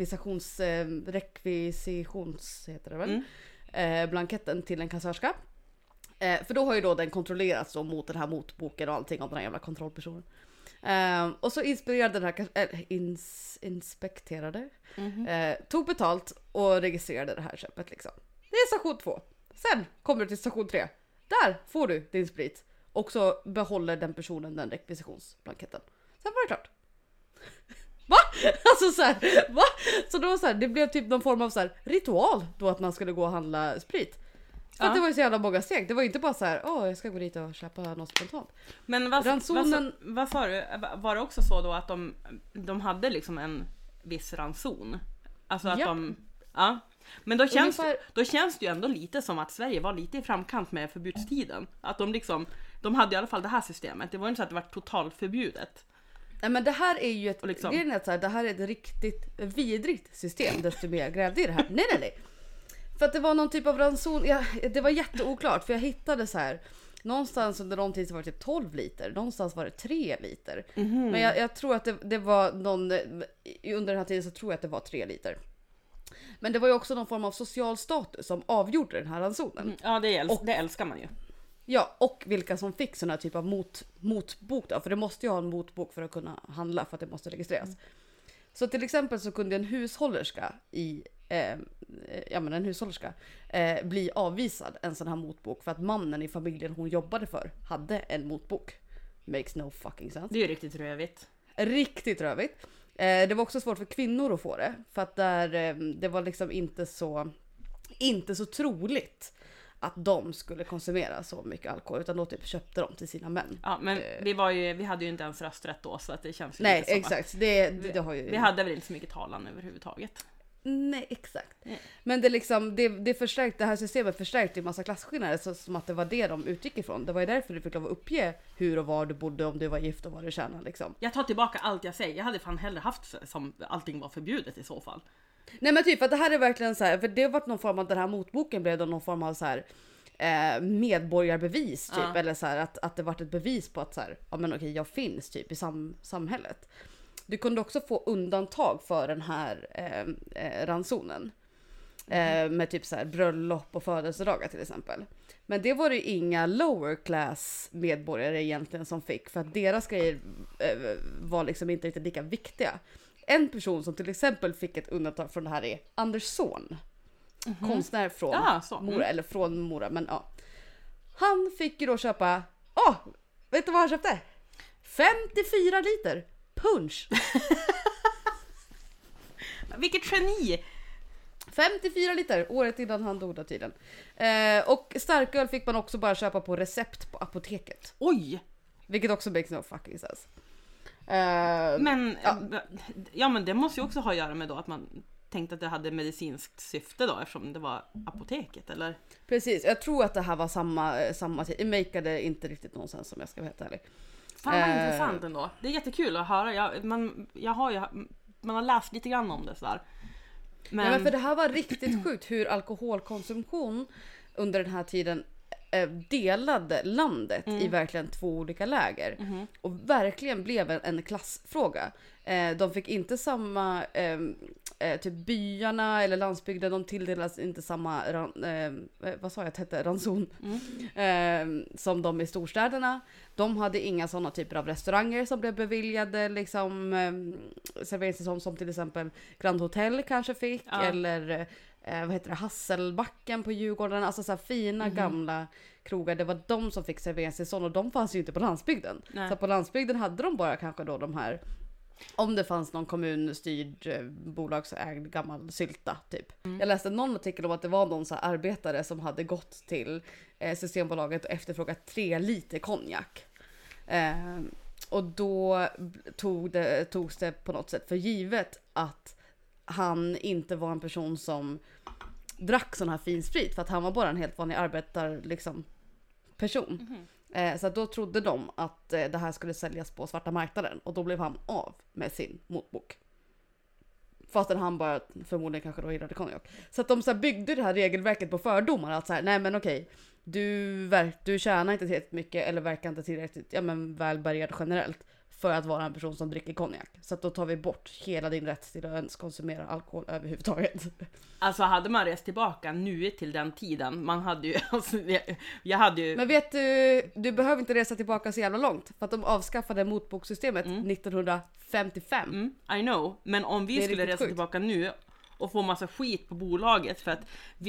rekvisitions heter det väl? Blanketten till en kassörska. För då har ju då den kontrollerats då mot den här motboken och allting av den här jävla kontrollpersonen. Och så inspirerade den här inspekterade, tog betalt och registrerade det här köpet liksom. Det är station 2. Sen kommer du till station 3. Där får du din sprit. Och så behåller den personen den rekvisitionsblanketten. Sen var det klart. Va? Alltså så här, va? Så då så här, det blev typ någon form av så här ritual då att man skulle gå och handla sprit. För att det var ju så jävla många steg. Det var ju inte bara så här, jag ska gå dit och köpa något spontant. Men vad sa du? Var det också så då att de hade liksom en viss ranson? Alltså att ja. Men då känns det ju ändå lite som att Sverige var lite i framkant med förbudstiden. Att de hade i alla fall det här systemet. Det var inte så att det var totalförbjudet. Nej men det här är ju ett, liksom. Det här är ett riktigt vidrigt system desto mer jag grävde i det här. Nej. För att det var någon typ av ranson, det var jätteoklart för jag hittade så här, någonstans under någon tid så var det typ 12 liter, någonstans var det 3 liter. Men jag tror att det var under den här tiden så tror jag att det var 3 liter. Men det var ju också någon form av social status som avgjorde den här ransonen. Ja, det älskar man ju. Ja, och vilka som fick sån här typ av motbok då, för det måste ju ha en motbok för att kunna handla för att det måste registreras. Så till exempel så kunde en hushållerska bli avvisad en sån här motbok för att mannen i familjen hon jobbade för hade en motbok. Makes no fucking sense. Det är ju riktigt rövigt. Riktigt rövigt. Det var också svårt för kvinnor att få det för att det var liksom inte så troligt att de skulle konsumera så mycket alkohol utan då typ köpte de till sina män. Ja, men vi hade ju inte ens rösträtt då så att det känns ju nej, lite som exakt. att det har ju... vi hade väl inte så mycket talan överhuvudtaget. Nej, exakt. Men det här systemet förstärkte ju massa klasskillnader så som att det var det de utgick ifrån. Det var ju därför du fick lov att uppge hur och var du bodde, om du var gift och vad du tjänade liksom. Jag tar tillbaka allt jag säger. Jag hade fan hellre haft som allting var förbjudet i så fall. Nej men typ att det här är verkligen så här, för det har varit någon form av den här motboken blev då någon form av så här medborgarbevis typ eller så här att det varit ett bevis på att så här, ja men okej, jag finns typ i samhället. Du kunde också få undantag för den här ransonen. Med typ så här bröllop och födelsedagar till exempel. Men det var det inga lower class medborgare egentligen som fick. För att deras grejer var liksom inte riktigt lika viktiga. En person som till exempel fick ett undantag från det här är Anders son. Konstnär från Mora, eller från Mora, men ja. Han fick ju då köpa, vet du vad han köpte? 54 liter punch. Vilket geni! 54 liter, året innan han dog tydligen. Och starköl fick man också bara köpa på recept på apoteket. Oj! Vilket också makes no fucking sense. Men det måste ju också ha att göra med då att man tänkte att det hade medicinskt syfte då, eftersom det var apoteket, eller? Precis, jag tror att det här var samma tid. Det makeade inte riktigt någon sens, om jag ska vara helt ärlig. Fan vad intressant ändå. Det är jättekul att höra. Man har läst lite grann om det sådär. Men för det här var riktigt sjukt hur alkoholkonsumtion under den här tiden delade landet i verkligen 2 olika läger. Och verkligen blev en klassfråga. De fick inte samma, typ byarna eller landsbygden, de tilldelas inte samma ranson som de i storstäderna. De hade inga sådana typer av restauranger som blev beviljade liksom serveringstillstånd, som till exempel Grand Hotel kanske fick, eller Hasselbacken på Djurgården, alltså så här fina gamla krogar. Det var de som fick serveringstillstånd, och de fanns ju inte på landsbygden. Nej. Så på landsbygden hade de bara kanske då de här, om det fanns någon kommunstyrd bolagsägd gammal sylta typ. Jag läste någon artikel om att det var någon så här arbetare som hade gått till Systembolaget och efterfrågat 3 liter konjak. Och då togs det på något sätt för givet att han inte var en person som drack sån här fin sprit, för att han var bara en helt vanlig person. Så att då trodde de att det här skulle säljas på svarta marknaden, och då blev han av med sin motbok. Fastän han bara förmodligen kanske då gillade konjak. Så att de så här byggde det här regelverket på fördomar, att så här, nej men okej, du tjänar inte tillräckligt mycket eller verkar inte tillräckligt välbärgad generellt för att vara en person som dricker konjak. Så att då tar vi bort hela din rätt till att ens konsumera alkohol överhuvudtaget. Alltså hade man rest tillbaka nu till den tiden, man hade ju, alltså, jag hade ju... Men vet du behöver inte resa tillbaka så jävla långt, för att de avskaffade motbokssystemet 1955. I know, men om vi skulle resa tillbaka nu och få massa skit på bolaget för att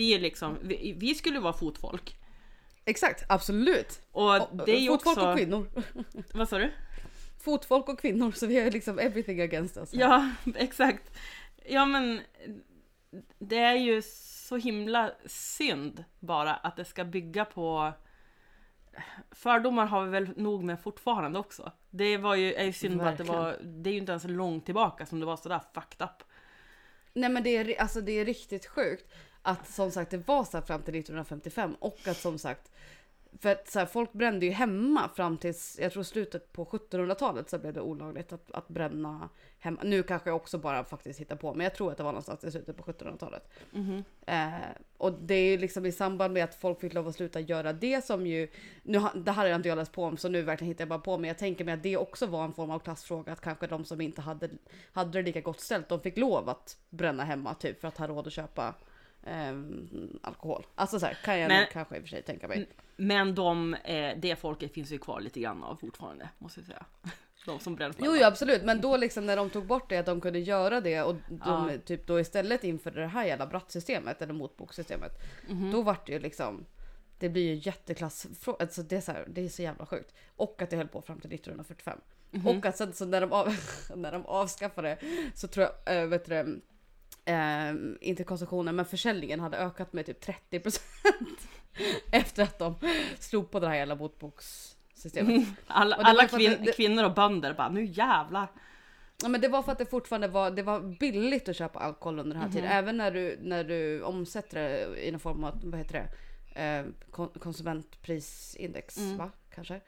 vi skulle vara fotfolk. Exakt, absolut. Och det är ju fotfolk också... och kvinnor. Vad sa du? Fotfolk och kvinnor, så vi har liksom everything against us. Ja, exakt. Ja, men det är ju så himla synd bara att det ska bygga på fördomar. Har vi väl nog med fortfarande också. Det är ju synd att det är ju inte ens långt tillbaka som det var sådär fucked up. Nej, men det är riktigt sjukt att som sagt det var så här fram till 1955, och att som sagt, för att så här, folk brände ju hemma fram till, jag tror slutet på 1700-talet så blev det olagligt att bränna hemma. Nu kanske jag också bara faktiskt hittar på, men jag tror att det var någonstans i slutet på 1700-talet. Och det är ju liksom i samband med att folk fick lov att sluta göra det som ju, det här har jag inte läst på om, så nu verkligen hittar jag bara på, men jag tänker mig att det också var en form av klassfråga, att kanske de som inte hade det lika gott ställt, de fick lov att bränna hemma typ för att ha råd att köpa alkohol. Alltså så här, kan jag kanske i och för sig tänka mig. Men det folket finns ju kvar lite grann av fortfarande, måste jag säga. De som bränner. Jo, absolut. Men då liksom när de tog bort det, att de kunde göra det, och de typ då istället inför det här jävla brattsystemet eller motbokssystemet, då vart det ju liksom, det blir ju jätteklass, alltså det är så jävla sjukt. Och att det höll på fram till 1945. Och att sen så när de avskaffade, så tror jag inte konsumtionen, men försäljningen hade ökat med typ 30% efter att de slog på det här jävla motbokssystemet. Alla kvinnor och bönder bara, nu jävlar. Ja, men det var för att det fortfarande var billigt att köpa alkohol under den här tiden. Även när du omsätter det i någon form av, vad heter det, konsumentprisindex, va? Kanske.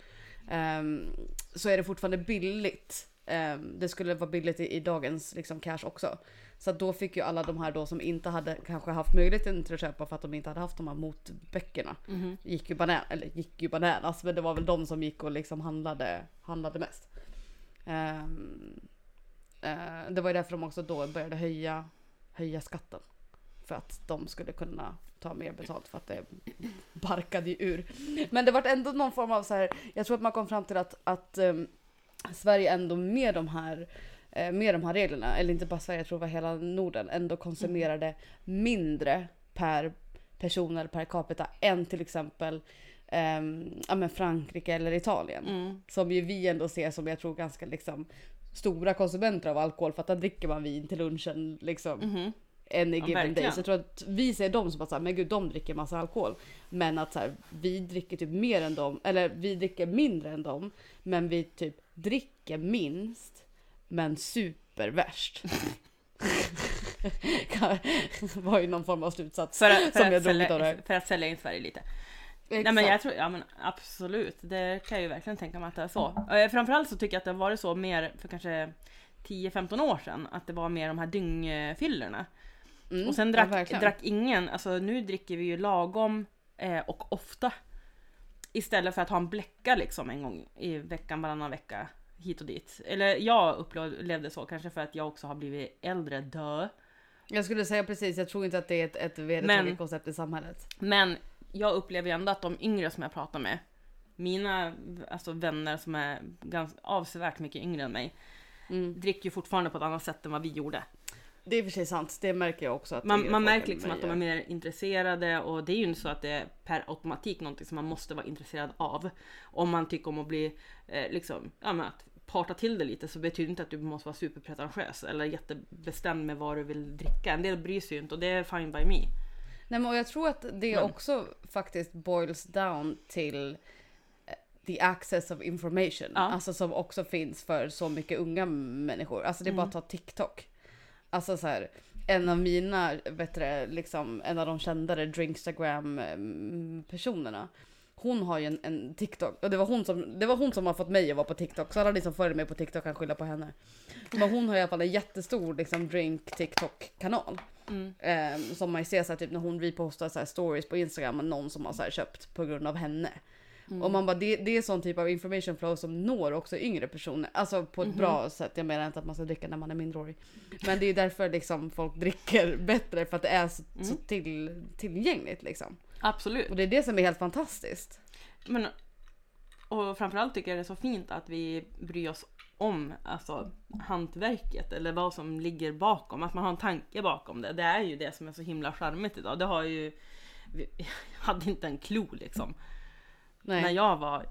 Så är det fortfarande billigt. Det skulle vara billigt i dagens liksom cash också. Så att då fick ju alla de här då som inte hade kanske haft möjligheten till att köpa för att de inte hade haft de här motböckerna, gick ju bananas, men det var väl de som gick och liksom handlade mest. Det var ju därför de också då började höja skatten, för att de skulle kunna ta mer betalt, för att det barkade ju ur. Men det var ändå någon form av så här, jag tror att man kom fram till att Sverige ändå med de här reglerna, eller inte bara Sverige, jag tror det var hela Norden, ändå konsumerade mindre per person eller per capita än till exempel Frankrike eller Italien. Som ju vi ändå ser som, jag tror, ganska liksom stora konsumenter av alkohol, för att där dricker man vin till lunchen liksom en given day. Så jag tror att vi ser dem som att så här, men gud, de dricker massa alkohol, men att så här, vi dricker typ mer än dem, eller vi dricker mindre än dem, men vi typ dricker minst men supervärst. var ju någon form av slutsats För som jag drog av det här. att sälja in Sverige lite. Exakt. Nej men jag tror, ja men absolut, det kan jag ju verkligen tänka mig att det är så. Framförallt så tycker jag att det var det så mer för kanske 10-15 år sedan, att det var mer de här dyngfyllorna. Och sen drack ingen, alltså nu dricker vi ju lagom och ofta. Istället för att ha en bläcka liksom en gång i veckan, varannan vecka, hit och dit. Eller jag upplevde så, kanske för att jag också har blivit äldre, Jag skulle säga precis, jag tror inte att det är ett vedertaget koncept i samhället. Men jag upplever ju ändå att de yngre som jag pratar med, mina alltså vänner som är ganska avsevärt mycket yngre än mig, dricker ju fortfarande på ett annat sätt än vad vi gjorde. Det är för sig sant, det märker jag också. Att man märker liksom att de är mer intresserade, och det är ju inte så att det är per automatik någonting som man måste vara intresserad av. Om man tycker om att bli liksom, ja men att parta till det lite, så betyder inte att du måste vara superpretentiös eller jättebestämd med vad du vill dricka. En del bryr sig ju inte, och det är fine by me. Nej, men och jag tror att det också faktiskt boils down till the access of information. Ja. Alltså som också finns för så mycket unga människor. Alltså det är bara att ta TikTok. Alltså så här, en av mina, en av de kändare Drinkstagram-personerna. Hon har ju en TikTok, och det var hon som har fått mig att vara på TikTok. Så alla ni som följer mig på TikTok kan skylla på henne. Men hon har i alla fall en jättestor liksom drink-TikTok-kanal. Som man ser så här, typ när hon repostar så här stories på Instagram med någon som har så här köpt på grund av henne. Och man bara, det är sån typ av information flow som når också yngre personer. Alltså på ett bra sätt. Jag menar inte att man ska dricka när man är mindreårig. Men det är därför liksom folk dricker bättre, för att det är så tillgängligt liksom. Absolut. Och det är det som är helt fantastiskt. Men, och framförallt tycker jag det är så fint att vi bryr oss om alltså hantverket, eller vad som ligger bakom, att man har en tanke bakom det. Det är ju det som är så himla charmigt idag. Det har ju, jag hade inte en klo liksom. Nej. När jag var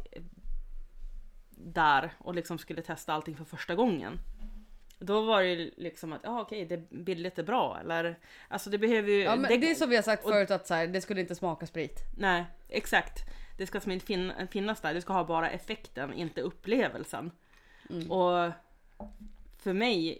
där och liksom skulle testa allting för första gången. Då var det liksom att okej, det billigt är bra, eller alltså det behöver ju, ja, men det är som vi har sagt förut, att så här, det skulle inte smaka sprit. Nej, exakt. Det ska som inte finnas där. Det ska ha bara effekten, inte upplevelsen. Och för mig,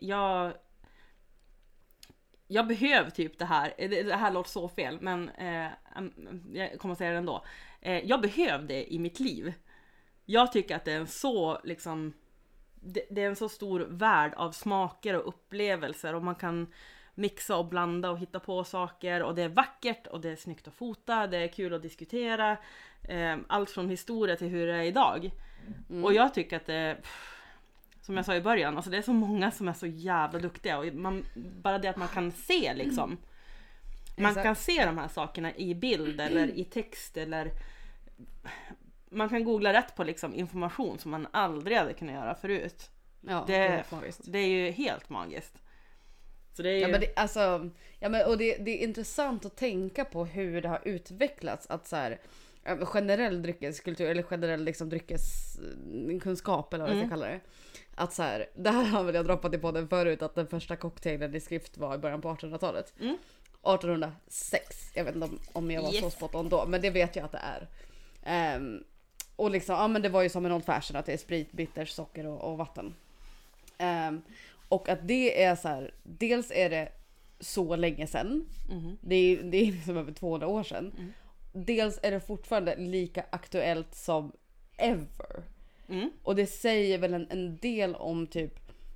jag behöver typ det här. Det här låter så fel, men jag kommer att säga det ändå. Jag behöver det i mitt liv. Jag tycker att det är en så liksom, det är en så stor värld av smaker och upplevelser, och man kan mixa och blanda och hitta på saker, och det är vackert och det är snyggt att fota, det är kul att diskutera, allt från historia till hur det är idag. Och jag tycker att det, som jag sa i början, alltså det är så många som är så jävla duktiga, och bara det att man kan se liksom, man kan se de här sakerna i bild eller i text, eller man kan googla rätt på liksom information som man aldrig hade kunnat göra förut. Ja, det är helt magiskt. Det är ju helt magiskt. Så det är ju... och det är intressant att tänka på hur det har utvecklats, att så här, generell dryckeskultur, eller generell liksom dryckeskunskap, eller vad jag ska kalla det. Att så här, det här har väl jag droppat i podden förut, att den första cocktailen i skrift var i början på 1800-talet. 1806. Jag vet inte om jag var så spot on då, men det vet jag att det är. Och liksom, ja men det var ju som en old fashion, att det är sprit, bitter, socker och vatten. Och att det är så här, dels är det så länge sedan. Det är liksom över 200 år sedan. Dels är det fortfarande lika aktuellt som ever. Och det säger väl en del om typ,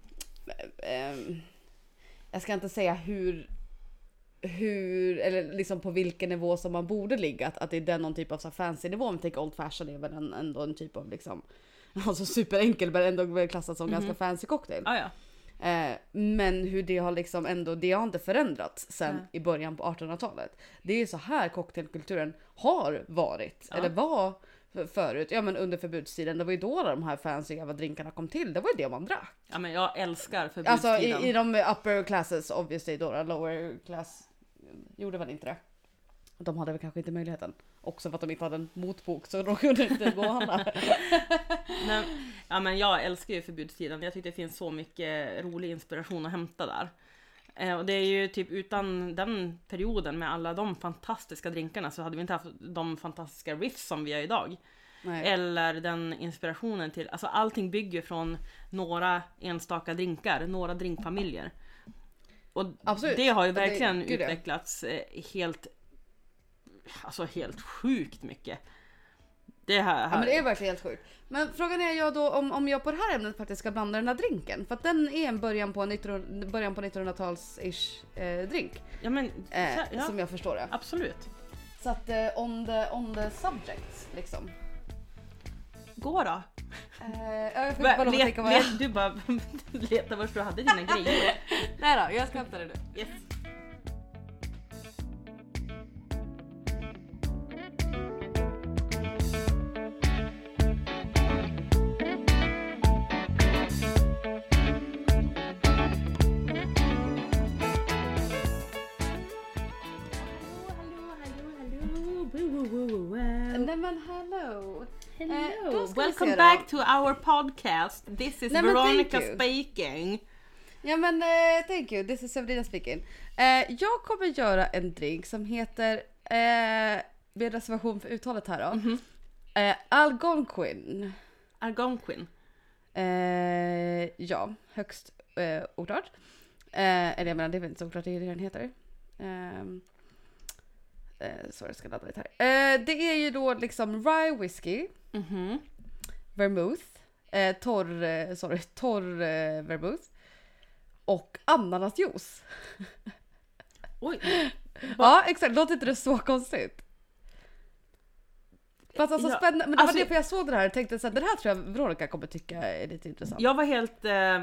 jag ska inte säga hur eller liksom på vilken nivå som man borde ligga, att det är någon typ av så fancy nivå. Om tänker old fashion är väl ändå en typ av liksom, alltså superenkel, men ändå klassat som ganska fancy cocktail. Men hur det har liksom ändå, det har inte förändrats sen i början på 1800-talet. Det är så här cocktailkulturen har varit, eller var förut, ja men under förbudstiden. Det var ju då de här fancy jävla drinkarna kom till. Det var ju det man drack. Ja men jag älskar förbudstiden. Alltså i de upper classes obviously då, lower class gjorde väl inte det. De hade väl kanske inte möjligheten. Också för att de inte hade en motbok, så de kunde inte gå och handla. Ja men jag älskar ju förbudstiden. Jag tycker det finns så mycket rolig inspiration att hämta där. Och det är ju typ utan den perioden med alla de fantastiska drinkarna, så hade vi inte haft de fantastiska riffs som vi har idag. Nej. Eller den inspirationen till, alltså allting bygger från några enstaka drinkar, några drinkfamiljer. Och Absolut. det har ju Det- verkligen gud, ja. utvecklats helt sjukt mycket. Det här, Ja, men det är verkligen helt sjukt. Men frågan är jag då om jag på det här ämnet faktiskt ska blanda den här drinken. För att den är en början på 1900-tals-ish drink. Ja, men, ja, Som jag förstår det. absolut. Så att on the subject liksom. Gå då. Jag får bara lov att tänka vad jag... Du bara letar vart du hade dina grejer. Nej då, jag ska hämta det nu. Yes. Nej men hello. Då ska vi Welcome se back då. to our podcast. This is Nej, men Veronica thank you. speaking. Ja men thank you, this is Evelina speaking. Jag kommer göra en drink som heter, med reservation för uttalet här då. Algonquin. Algonquin. Ja, högst oklart. Eller jag menar det är väl inte så oklart, det är det den heter. Så jag ska ladda lite här. Det är ju då liksom rye whisky, vermouth, torr vermouth och ananasjuice. Oj. Ja exakt, låter inte det så konstigt? Fast alltså Ja, spännande, men det alltså- var det för jag såg det här och tänkte så här, den här tror jag Veronica kommer tycka är lite intressant. Jag var helt...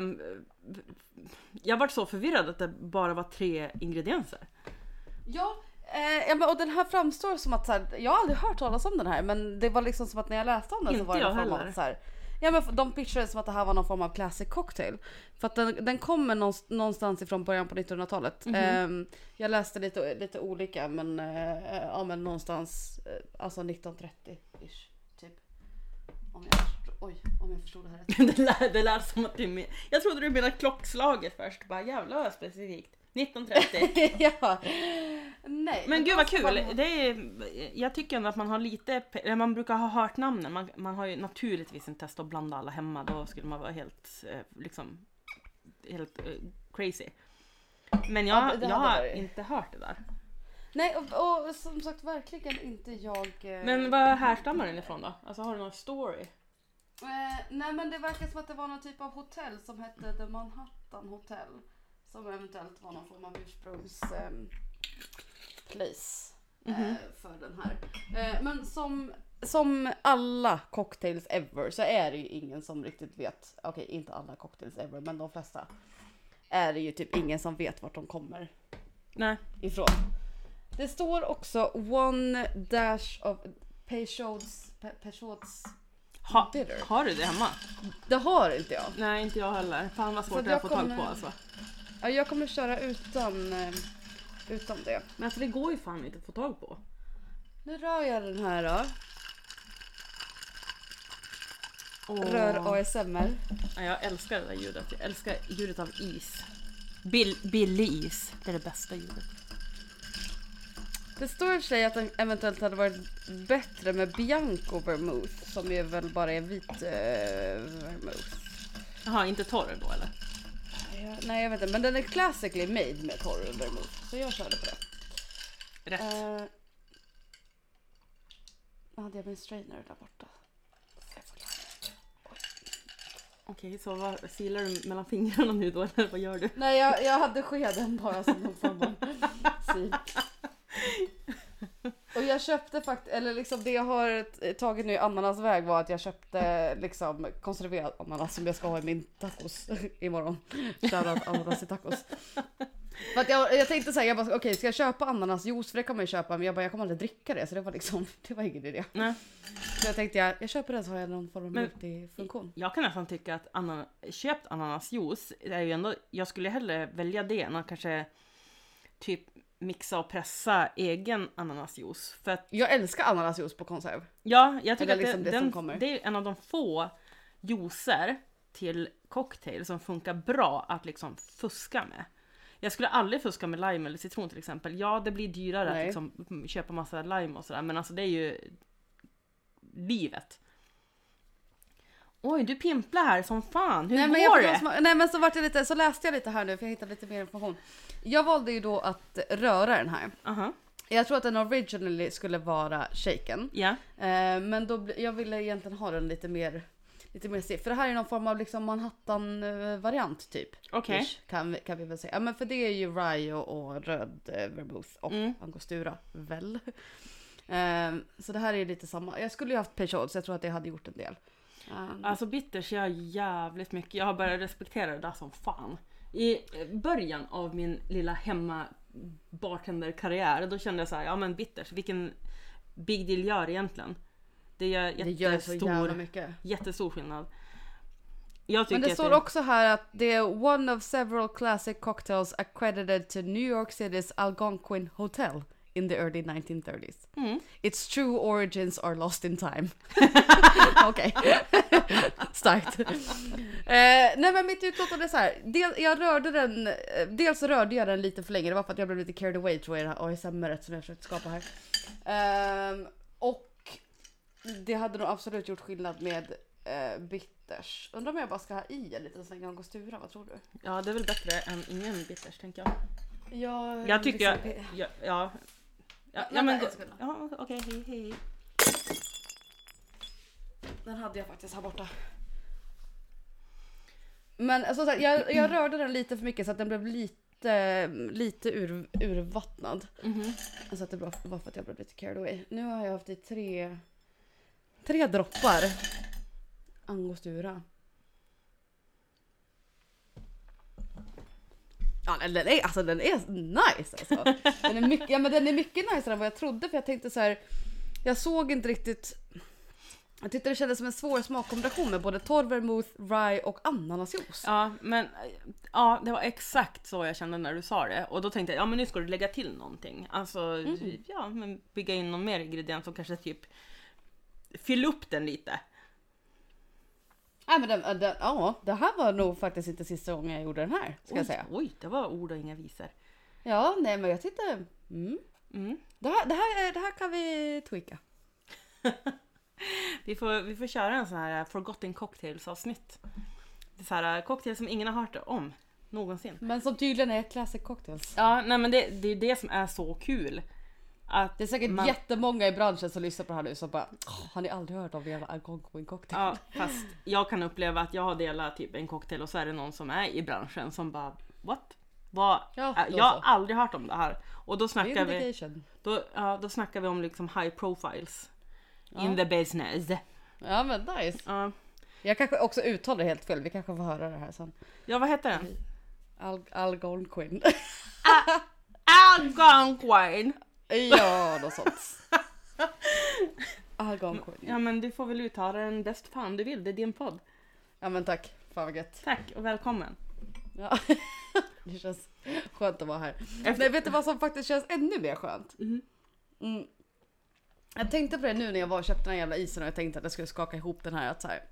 jag var så förvirrad att det bara var 3 ingredienser. Ja, men, och den här framstår som att så här, jag har aldrig hört talas om den här, men det var liksom som att när jag läste om den så Inte var det jag någon form heller. av så här, ja men de pitchade som att det här var någon form av classic cocktail. För att den kommer någonstans ifrån början på 1900-talet. Jag läste lite olika men ja men någonstans alltså 1930-ish typ. Om jag förstod det här rätt. det lät som att jag trodde du menade klockslaget först. Bara jävlar vad specifikt. 1930. Ja. Nej. Men gud vad det kul. var så- Det är, jag tycker ändå att man har lite, eller man brukar ha hört namnen. Man har ju naturligtvis inte testat att blanda alla hemma. Då skulle man vara helt helt crazy. Men Ja, jag det hade har varit. inte hört det där. Nej och som sagt verkligen inte jag. Men vad härstammar den ifrån då? Alltså har du någon story? Nej men det verkar som att det var någon typ av hotell som hette The Manhattan Hotel. Som eventuellt var någon form av ursprungs place för den här. Men som alla cocktails ever så är det ju ingen som riktigt vet. Okej, inte alla cocktails ever men de flesta. Är det ju typ ingen som vet vart de kommer Nej. ifrån. Det står också one dash of Peychaud's bitter. Har du det hemma? Det har inte jag. Nej, inte jag heller. Fan vad Så svårt att det är jag att få tag kommer- på alltså. Ja, jag kommer köra utan det. Men alltså det går ju fan inte att få tag på. Nu rör jag den här då. Åh. Rör ASMR. Ja, jag älskar det där ljudet. Jag älskar ljudet av is. Billig is. Det är det bästa ljudet. Det står i och för sig att den eventuellt hade varit bättre med Bianco vermouth. Som ju väl bara är vit vermouth. Jaha, inte torr då eller? Nej jag vet inte, men den är classically made med torr vermouth. Så jag körde på det. Rätt. Hade jag min strainer där borta. Okej, så vad silar du mellan fingrarna nu då eller vad gör du? Nej jag hade skeden bara som någon form av sil. Och jag köpte faktiskt, eller liksom det jag har tagit nu i ananasväg var att jag köpte liksom konserverad ananas som jag ska ha i min tacos imorgon. Shoutout ananas i tacos. För att jag tänkte såhär, jag bara okej, ska jag köpa ananasjuice för det kan man ju köpa men jag kommer aldrig dricka det så det var liksom, det var ingen idé. Nej. Så jag tänkte jag köper den så har jag någon form av multifunktion. Jag kan nästan tycka att köpt ananasjuice är ju ändå, jag skulle hellre välja det än att kanske typ mixa och pressa egen ananasjuice. För att Jag älskar ananasjuice på konserv. ja, jag tycker Eller liksom att det som kommer. det är en av de få juicer till cocktail som funkar bra att liksom fuska med. Jag skulle aldrig fuska med lime eller citron till exempel. Ja, det blir dyrare Nej. att liksom köpa massa lime och sådär. Men alltså det är ju livet. Oj, du pimplar här som fan. Hur Nej, men går jag det? nej men så vart jag lite, så läste jag lite här nu för jag hittade lite mer information. Jag valde ju då att röra den här. Aha. Jag tror att den originally skulle vara shaken. Ja. Men då, jag ville egentligen ha den lite mer stiff. För det här är någon form av liksom Manhattan-variant typ. Okej. Ish, kan vi väl säga. Ja, men för det är ju rye och röd vermouth och angostura väl. Så det här är lite samma. Jag skulle ju haft Peugeot så jag tror att det hade gjort en del. Alltså bitters gör jävligt mycket. Jag har börjat respektera det där som fan. I början av min lilla hemma bartenderkarriär då kände jag så här, ja men bitters, vilken big deal gör egentligen. Det gör så jävla mycket. Jättestor skillnad. Jag tycker Men det att står också här att det är one of several classic cocktails accredited to New York City's Algonquin Hotel in the early 1930s. Its true origins are lost in time. Okej. Starkt. Nej men mitt utlåtande är så här. Dels rörde jag den lite för länge. Det var för att jag blev lite carried away tror jag i det här ASMR-et som jag försökte skapa här. Och det hade nog absolut gjort skillnad med bitters. Undrar om jag bara ska ha i en liten släng angostura, vad tror du? Ja, det är väl bättre än ingen bitters tänker jag. Jag tycker liksom, ja men okej, hej. Den hade jag faktiskt här borta. Men alltså, jag rörde den lite för mycket så att den blev lite urvattnad. Så att det var för att jag blev lite carried away. Nu har jag haft i tre droppar angostura. Ja, den är nice alltså. Den är mycket nice än vad jag trodde för jag tänkte så här. Jag såg inte riktigt. Jag tyckte det kändes som en svår smakkombination med både torr vermouth, rye och ananasjuice. Ja, men det var exakt så jag kände när du sa det. Och då tänkte jag, ja men nu ska du lägga till någonting. Alltså, ja, men bygga in någon mer ingrediens och kanske typ fylla upp den lite. Ja, men det här var nog faktiskt inte sista gången jag gjorde den här, ska jag säga. Oj, det var ord och inga visor. Ja, nej men jag tyckte... Det här kan vi tweaka. Vi får köra en sån här Forgotten Cocktails avsnitt. Det är så här cocktail som ingen har hört om någonsin. Men som tydligen är classic cocktails. Ja, nej men det är det som är så kul. Att det är säkert jättemånga i branschen som lyssnar på det här nu som bara, har ni aldrig hört om jävla Algonquin cocktail? Ja, fast jag kan uppleva att jag har delat typ en cocktail och så är det någon som är i branschen som bara, what? Jag har aldrig hört om det här. Och då snackar då snackar vi om liksom high profiles in the business. Ja men nice. Ja. Jag kanske också uttalar det helt fel. Vi kanske får höra det här sen. Ja, vad heter den? Algonquin. Algonquin. Ja, något sånt. Algonquin. Ja, men du får väl uttala den bäst fan du vill. Det är din podd. Ja men tack. Fan vad gött. Tack och välkommen. Ja. Det känns skönt att vara här. Nej, vet du vad som faktiskt känns ännu mer skönt? Jag tänkte på det nu när jag var och köpte den här jävla isen och jag tänkte att jag skulle skaka ihop den här. Att så här,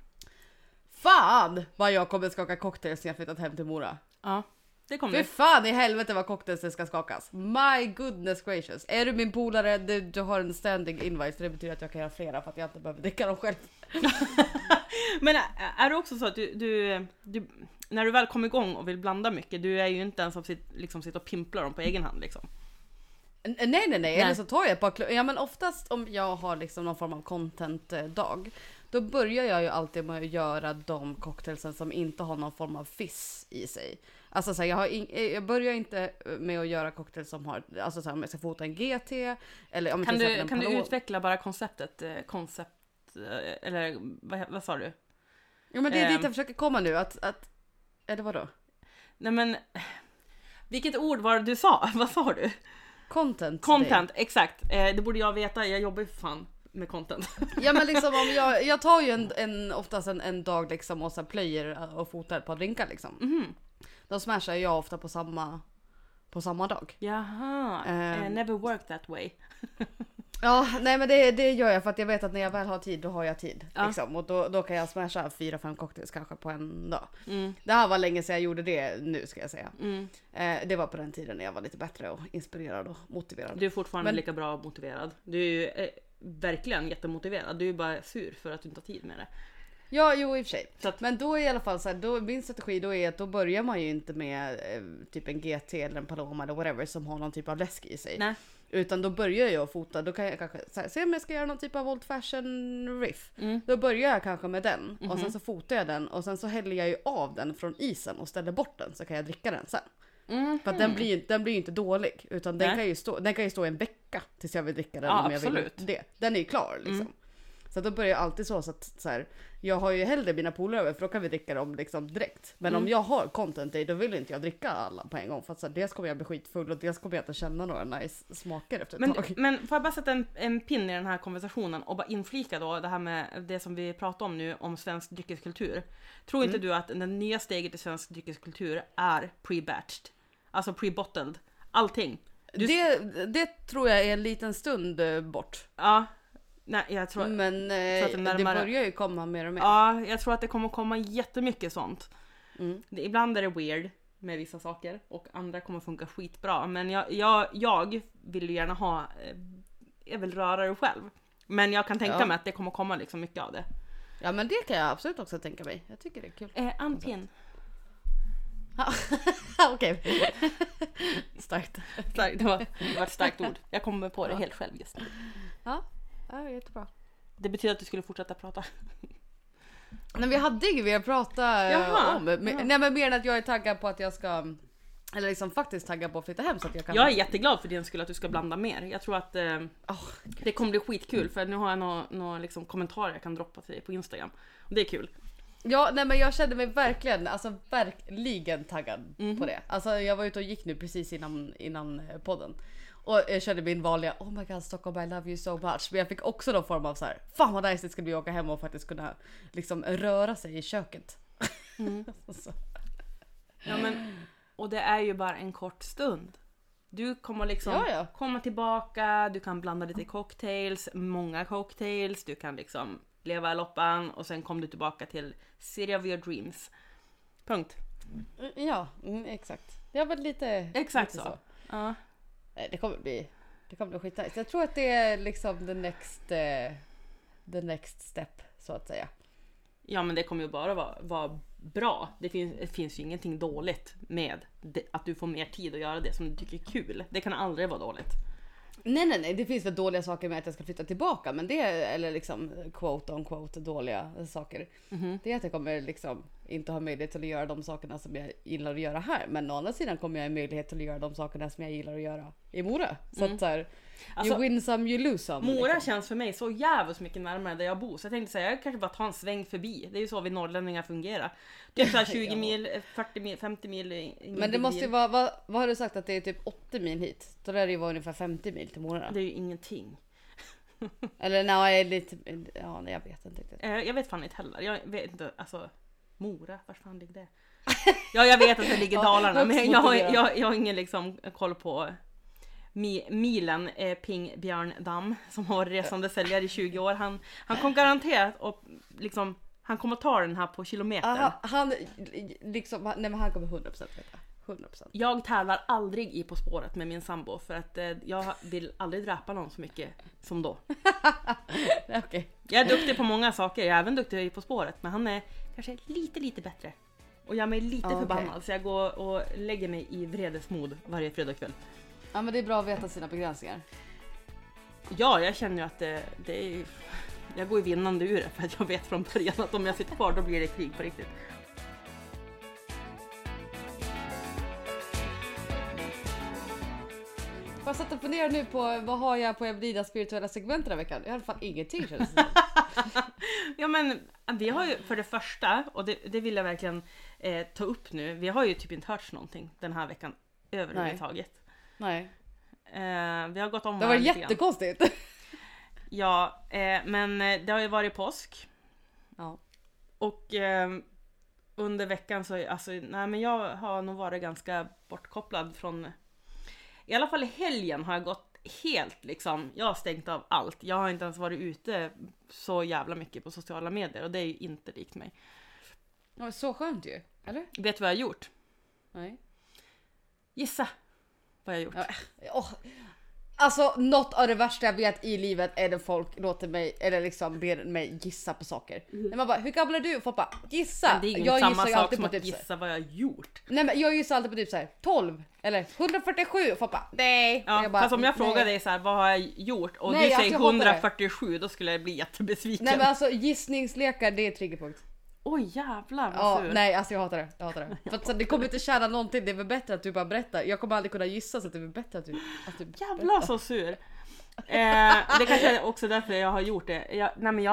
fan vad jag kommer skaka cocktails när jag flyttat hem till Mora. Ja, det kommer För fan i helvete vad cocktails det ska skakas. My goodness gracious. Är du min polare, du har en standing invite. Så det betyder att jag kan göra flera för att jag inte behöver dricka dem själv. Men är det också så att du när du väl kommer igång och vill blanda mycket, du är ju inte ens som sitter och pimplar dem på egen hand liksom. Nej. Eller så tar jag ett par ja men oftast om jag har liksom någon form av content-dag, då börjar jag ju alltid med att göra de cocktailsen som inte har någon form av fizz i sig. Alltså så här, jag börjar inte med att göra cocktails som har, alltså så här, om jag ska fota en GT eller om kan du utveckla bara konceptet eller vad sa du? Ja men det är dit jag försöker komma nu att eller vadå? Nej men vilket ord var det du sa? Vad sa du? Content, exakt. Det borde jag veta. Jag jobbar ju för fan med content. Ja men liksom om jag tar ju oftast en dag liksom och så plöjer och fotar ett par drinkar liksom. Då smashar jag ofta på samma dag. Jaha, never worked that way. Ja, nej men det gör jag för att jag vet att när jag väl har tid, då har jag tid. Ja. Liksom. Och då kan jag smasha 4-5 cocktails kanske på en dag. Det här var länge sedan jag gjorde det nu ska jag säga. Det var på den tiden när jag var lite bättre och inspirerad och motiverad. Du är fortfarande lika bra motiverad. Du är ju verkligen jättemotiverad. Du är bara sur för att du inte har tid med det. Ja, jo i och för sig. Så att- Men då är i alla fall så här, då, min strategi då är att då börjar man ju inte med typ en GT eller en Paloma eller whatever som har någon typ av läsk i sig. Nej. Utan då börjar jag fota, då kan jag kanske så här, se om jag ska göra någon typ av old fashion riff. Mm. Då börjar jag kanske med den och Mhm. sen så fotar jag den och sen så häller jag ju av den från isen och ställer bort den så kan jag dricka den sen. För att den blir ju inte dålig utan den Nej. kan ju stå en vecka tills jag vill dricka den Ja, om jag vill absolut. det. Den är ju klar liksom. Så då börjar jag alltid så att så här, jag har ju hellre mina polare över för då kan vi dricka dem liksom direkt. Men om jag har content i då vill inte jag dricka alla på en gång för att så här, dels kommer jag bli skitfull och dels kommer jag inte känna några nice smaker efter ett tag. Men får jag bara sätta en pin i den här konversationen och bara inflika då det här med det som vi pratar om nu om svensk dryckeskultur. Tror inte du att det nya steget i svensk dryckeskultur är pre-batched? Alltså pre-bottled. Allting. Det tror jag är en liten stund bort. Ja. Nej, jag tror... Men att det närmare- börjar ju komma mer och mer. Ja, jag tror att det kommer komma jättemycket sånt. Mm. Ibland är det weird med vissa saker och andra kommer funka skitbra. Men jag vill ju gärna ha, jag vill röra det själv. Men jag kan tänka mig att det kommer komma liksom mycket av det. Ja men det kan jag absolut också tänka mig. Jag tycker det är kul. Antingen. Okej. Starkt. Det var ett starkt ord. Jag kommer på det helt själv just nu. Ja, jättebra. Det betyder att du skulle fortsätta prata. Men vi hade inget mer att prata Jaha. om. Nej men mer än att jag är taggad på att jag ska, eller liksom faktiskt taggad på att flytta hem så att jag kan. Jag är jätteglad för din skull att du ska blanda mer. Jag tror att det kommer bli skitkul för nu har jag några liksom kommentarer jag kan droppa till dig på Instagram. Och det är kul. Ja, nej men jag kände mig verkligen taggad på det. Alltså jag var ute och gick nu precis innan podden. Och jag kände min vanliga oh my god Stockholm I love you so much. Men jag fick också någon form av så här fan vad nice det skulle bli att åka hem och faktiskt kunna liksom röra sig i köket. Så. Ja men, och det är ju bara en kort stund. Du kommer liksom komma tillbaka, du kan blanda lite cocktails, många cocktails, du kan liksom leva loppan och sen kommer du tillbaka till City of your dreams. Punkt. Ja, exakt. Det har varit lite Exakt lite så. Ja. Det kommer bli skitnice. Jag tror att det är liksom the next step så att säga. Ja men det kommer ju bara vara bra. Det finns ju ingenting dåligt med att du får mer tid att göra det som du tycker är kul. Det kan aldrig vara dåligt. Nej, det finns väl dåliga saker med att jag ska flytta tillbaka, men det är, eller liksom quote on quote dåliga saker. Det är att jag kommer liksom inte ha möjlighet till att göra de sakerna som jag gillar att göra här, men å andra sidan kommer jag ha möjlighet till att göra de sakerna som jag gillar att göra i Mora. Så att så här, Alltså, you win some, you lose some. Mora liksom. känns för mig så jävligt mycket närmare där jag bor. Så jag tänkte säga, jag kanske bara tar en sväng förbi. Det är ju så vi norrlänningar fungerar. Det är så här 20 mil, 40 mil, 50 mil. Men det måste ju vara, vad har du sagt att det är typ 80 mil hit? Då lär det ju vara ungefär 50 mil till Mora. Det är ju ingenting. Eller nej, lite, ja nej, jag vet inte riktigt. Jag vet fan inte heller. Jag vet inte, alltså Mora, var fan ligger det? Ja, jag vet att det ligger i Dalarna, men jag har ingen liksom koll på milen. Ping Björn Damm som har varit resande säljare i 20 år. Han kommer garanterat och liksom han kommer ta den här på kilometern. Han liksom, nej men han kommer 100% veta. 100%. Jag tävlar aldrig i På spåret med min sambo för att jag vill aldrig dräpa någon så mycket som då. Okay. Jag är duktig på många saker, jag är även duktig i På spåret, men han är kanske lite bättre. Och jag är mig lite förbannad så jag går och lägger mig i vredesmod varje fredagkväll. Ja men det är bra att veta sina begränsningar. Ja, jag känner ju att det är... Jag går ju vinnande ur det för att jag vet från början att om jag sitter kvar då blir det krig på riktigt. Jag satt och funderade nu på vad har jag på Evelina spirituella segment den här veckan? Jag har i alla fall ingenting känns det som. Ja men vi har ju för det första, och det vill jag verkligen ta upp nu. Vi har ju typ inte hört någonting den här veckan överhuvudtaget. Nej. Vi har gått om. Det var jättekonstigt. Ja, men det har ju varit påsk. Ja. Och under veckan så, alltså, nej men jag har nog varit ganska bortkopplad från, i alla fall i helgen har jag gått helt liksom, jag har stängt av allt. Jag har inte ens varit ute så jävla mycket på sociala medier och det är ju inte likt mig. Ja, så skönt ju, eller? Vet du vad jag har gjort? Nej. Gissa vad jag har gjort. Ja, Alltså något av det värsta jag vet i livet är när folk låter mig, eller liksom ber mig gissa på saker. När man bara, hur gammal är du? Folk bara, gissa. Men det är ju jag samma gissar ju sak alltid som på att typ gissa vad jag har gjort. Nej men jag gissar alltid på typ såhär 12 eller 147 och folk bara, nej. Ja, jag bara, fast om jag frågar nej. dig så här, vad har jag gjort? Och Nej, du alltså, säger jag hatar det. 147, då skulle jag bli jättebesviken. Nej men alltså gissningslekar, det är triggerpunkt. Oj jävlar vad Ja, sur. nej alltså jag hatar det. För att så, det kommer inte tjäna någonting, det är väl bättre att du bara berättar. Jag kommer aldrig kunna gissa, så att det är väl bättre att du Jävlar berättar. så sur. Det kanske är också därför jag har gjort det.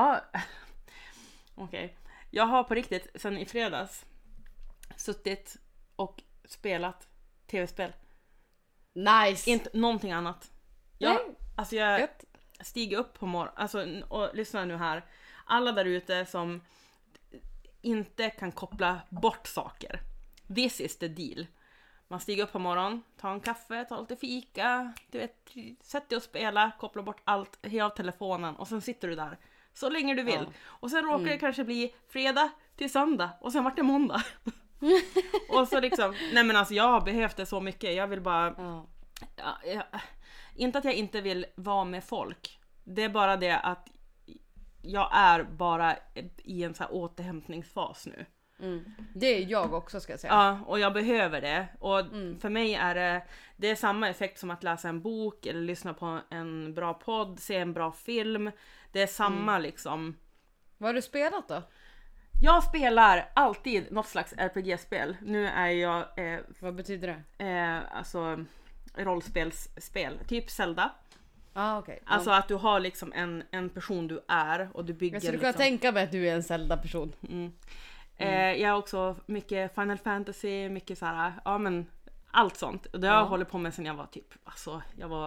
Okej. Jag har på riktigt sen i fredags suttit och spelat tv-spel. Nice! Inte någonting annat. Nej. Alltså jag Gött. stiger upp på morgonen, alltså, och lyssna nu här. Alla där ute som inte kan koppla bort saker. This is the deal. Man stiger upp på morgonen, tar en kaffe, tar lite fika, du vet, sätter dig och spela, kopplar bort allt, hej av telefonen och sen sitter du där så länge du vill. Ja. Och sen råkar det kanske bli fredag till söndag och sen vart det måndag. Och så liksom, nej men alltså jag har behövt det så mycket, jag vill bara, inte att jag inte vill vara med folk. Det är bara det att jag är bara i en så här återhämtningsfas nu. Det är jag också, ska jag säga. Ja, och jag behöver det. Och för mig är det är samma effekt som att läsa en bok eller lyssna på en bra podd, se en bra film. Det är samma liksom. Vad har du spelat då? Jag spelar alltid något slags RPG-spel. Nu är jag Vad betyder det? alltså rollspelsspel, typ Zelda. Okej. Alltså att du har liksom en person du är och du bygger Jag skulle liksom. kunna tänka mig att du är en Zelda-person. Jag har också mycket Final Fantasy, mycket så här, ja men allt sånt. Och det har jag hållit på med sen jag var typ, alltså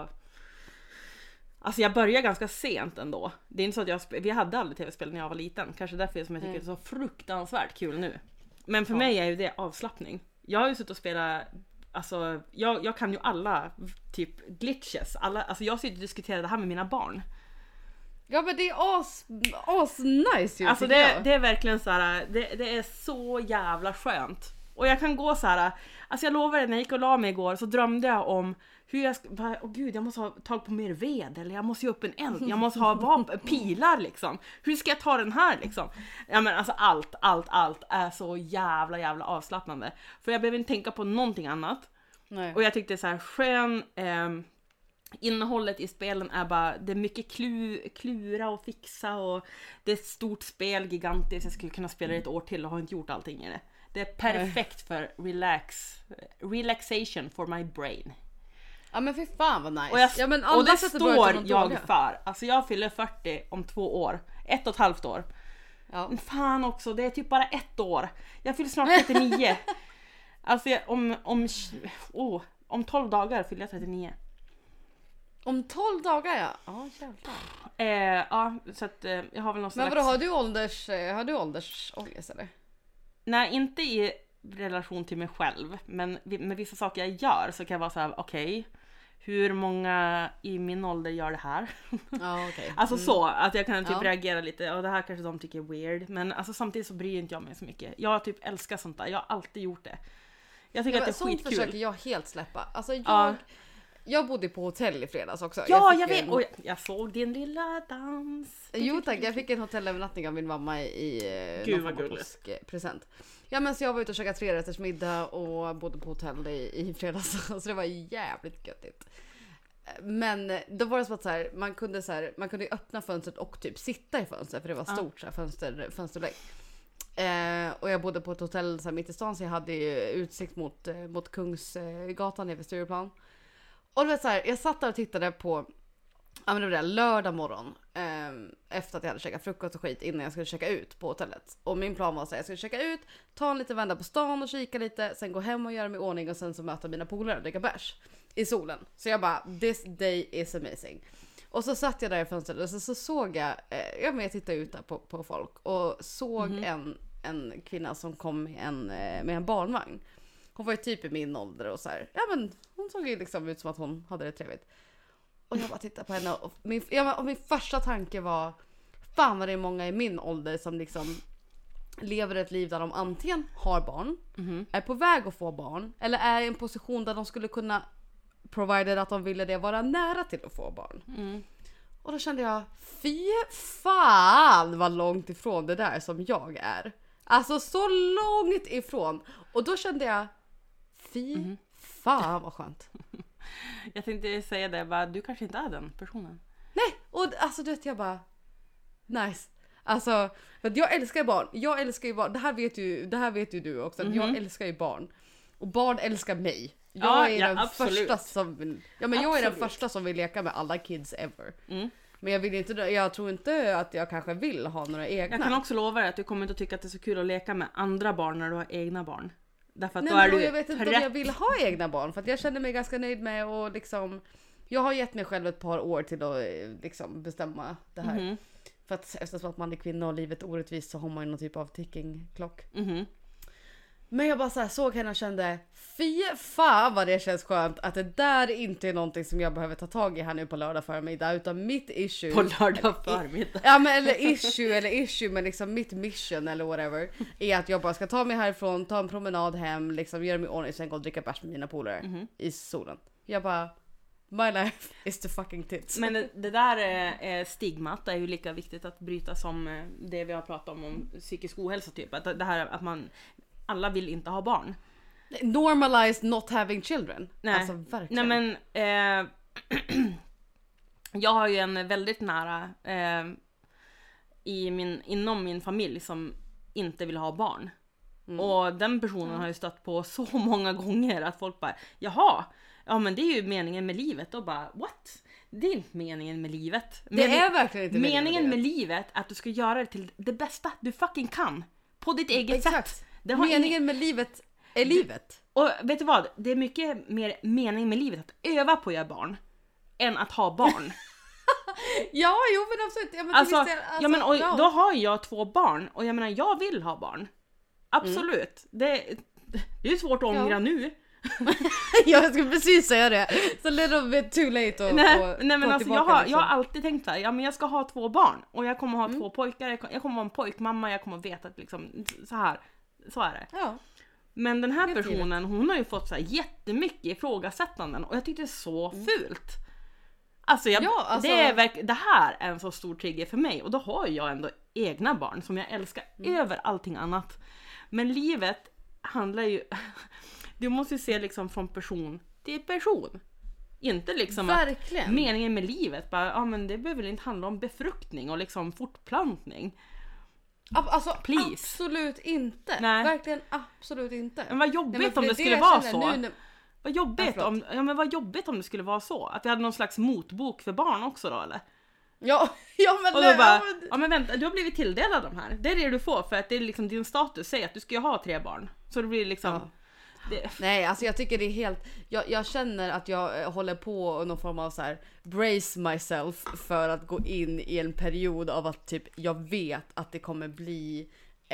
jag började ganska sent ändå. Det är inte så att vi hade aldrig tv-spel när jag var liten. Kanske därför som jag tycker det är så fruktansvärt kul nu. Men för mig är ju det avslappning. Jag har ju suttit och spelat, alltså jag kan ju alla typ glitches. Alltså jag sitter och diskuterar det här med mina barn. Ja men det är as nice ju. Alltså det är verkligen så här, det är så jävla skönt. Och jag kan gå så här, alltså jag lovar, när jag gick och la mig igår så drömde jag om hur jag gud, jag måste ha tag på mer ved, eller jag måste ju upp en eld, jag måste ha pilar liksom. Hur ska jag ta den här liksom? Ja men alltså allt är så jävla avslappnande. För jag behöver inte tänka på någonting annat. Nej. Och jag tyckte så här skön innehållet i spelen är bara, det är mycket klura och fixa, och det är ett stort spel, gigantiskt. Jag skulle kunna spela det ett år till och har inte gjort allting i det. Det är perfekt för relaxation for my brain. Ja men fy fan vad nice. Och det står jag för. Alltså jag fyller 40 om 2 år. 1,5 år. Ja. Men fan också, det är typ bara 1 år. Jag fyller snart 39. Alltså om 12 dagar fyller jag 39. Om 12 dagar ja. Ja jävlar. Ja, så att jag har väl någon slags... Men vadå, har du åldersångest eller? Nej, inte i relation till mig själv. Men med vissa saker jag gör så kan jag vara så här: okej, hur många i min ålder gör det här? Ja okej. Alltså så, att jag kan typ Ja. reagera lite, och det här kanske de tycker är weird. Men alltså samtidigt så bryr inte jag mig så mycket. Jag typ älskar sånt där, jag har alltid gjort det. Jag tycker att det är sånt skitkul. försöker jag helt släppa. Alltså Ja. jag bodde på hotell i fredags också. Ja, fick jag vet! en- Och jag såg din lilla dans. Jo tack, jag fick en hotellövernattning av min mamma i Gud, någon vad form av gulligt. påskpresent. Ja men så jag var ute och käkade 3-rättersmiddag och bodde på hotell i fredags. Så det var jävligt göttigt. Men då var det som att så här, man kunde ju öppna fönstret och typ sitta i fönstret, för det var stort så här, fönsterlägg. Och jag bodde på ett hotell så här, mitt i stan, så jag hade ju utsikt mot Kungsgatan nere vid Stureplan. Och du vet så här, jag satt där och tittade på, ja men det var det, lördag morgon, efter att jag hade käkat frukost och skit innan jag skulle checka ut på hotellet. Och min plan var så här, jag skulle checka ut, ta en liten vända på stan och kika lite, sen gå hem och göra mig i ordning och sen så möta mina polare och dricka bärs i solen. Så jag bara, this day is amazing. Och så satt jag där i fönstret och så såg jag, jag tittade ut där på folk och såg en kvinna som kom med en barnvagn. Hon var ju typ i min ålder och så här, ja men hon såg ju liksom ut som att hon hade det trevligt. Och jag bara tittade på henne och min första tanke var, fan vad det är många i min ålder som liksom lever ett liv där de antingen har barn, är på väg att få barn, eller är i en position där de skulle kunna provided att de ville det, vara nära till att få barn. Och då kände jag, fy fan vad långt ifrån det där som jag är. Alltså så långt ifrån. Och då kände jag, fy fan vad skönt. Jag tänkte säga det, bara, du kanske inte är den personen. Nej, och alltså du vet, jag bara, nice. Alltså, för jag älskar barn. Jag älskar ju barn. Det här vet ju du också. Jag älskar ju barn. Och barn älskar mig. Jag är den första som vill, jag är den första som vill leka med alla kids ever. Men jag tror inte att jag kanske vill ha några egna. Jag kan också lova dig att du kommer inte att tycka att det är så kul att leka med andra barn när du har egna barn. Därför att nej, då är du jag vet inte om jag vill ha egna barn. För att jag känner mig ganska nöjd med och liksom, jag har gett mig själv ett par år till att liksom bestämma det här. För att eftersom att man är kvinna och livet är orättvist så har man ju någon typ av ticking clock. Men jag bara så här såg henne och kände, fy fan vad det känns skönt att det där inte är någonting som jag behöver ta tag i här nu på lördag förmiddag, utan mitt issue. På lördag förmiddag. Ja men eller issue men liksom mitt mission eller whatever är att jag bara ska ta mig härifrån, ta en promenad hem, liksom göra mig ordning, sen gå och dricka bärs med mina polare i solen. Jag bara, my life is the fucking tits. Men det där stigmat är ju lika viktigt att bryta som det vi har pratat om psykisk ohälsa typ. Att det här att alla vill inte ha barn. Normalize not having children. Nej. Alltså verkligen. Nej men jag har ju en väldigt nära inom min familj som inte vill ha barn. Och den personen har ju stött på så många gånger att folk bara, jaha, ja men det är ju meningen med livet. Och bara, what? Det är inte meningen med livet. Det är verkligen inte meningen med livet är att du ska göra det till det bästa du fucking kan. På ditt eget sätt. Meningen med livet är livet. Och vet du vad? Det är mycket mer mening med livet att öva på att göra barn än att ha barn. Ja, jo men absolut. Ja, men då har jag 2 barn och jag menar, jag vill ha barn. Absolut. Det är svårt att ångra nu. Jag skulle precis säga det. Så little bit too late nej men alltså jag har alltid tänkt så här, ja men jag ska ha 2 barn och jag kommer ha 2 pojkar, jag kommer vara en pojkmamma, jag kommer veta att liksom så är det. Ja. Men den här personen, hon har ju fått så här jättemycket ifrågasättanden och jag tyckte det är så fult. Alltså, det här är en så stor trigger för mig och då har jag ändå egna barn som jag älskar över allting annat. Men livet handlar ju du måste ju se liksom från person till person. Inte liksom verkligen. Att meningen med livet bara, men det behöver väl inte handla om befruktning och liksom fortplantning. Alltså please. Absolut inte. Nej. Verkligen absolut inte. Men vad jobbigt om det skulle vara så. Vad jobbigt om det skulle vara så. Att vi hade någon slags motbok för barn också då eller? Ja men och då bara, men vänta, du har blivit tilldelad de här. Det är det du får för att det är liksom din status säger att du ska ha 3 barn. Så det blir liksom Nej, alltså jag tycker det är helt jag känner att jag håller på någon form av så här brace myself för att gå in i en period av att typ jag vet att det kommer bli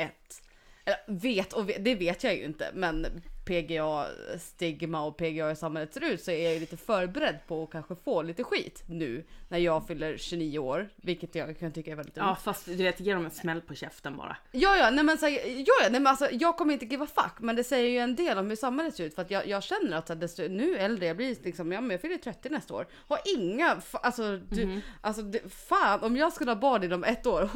det vet jag ju inte, men PGA-stigma och PGA i samhället ser ut så är jag ju lite förberedd på att kanske få lite skit nu när jag fyller 29 år, vilket jag kan tycka är väldigt Ja, fast du vet, ge dem en smäll på käften bara. Nej men alltså jag kommer inte give a fuck, men det säger ju en del om hur samhället ser ut för att jag känner att nu äldre jag blir liksom, jag fyller 30 nästa år. Har inga fan om jag skulle ha barn inom 1 år.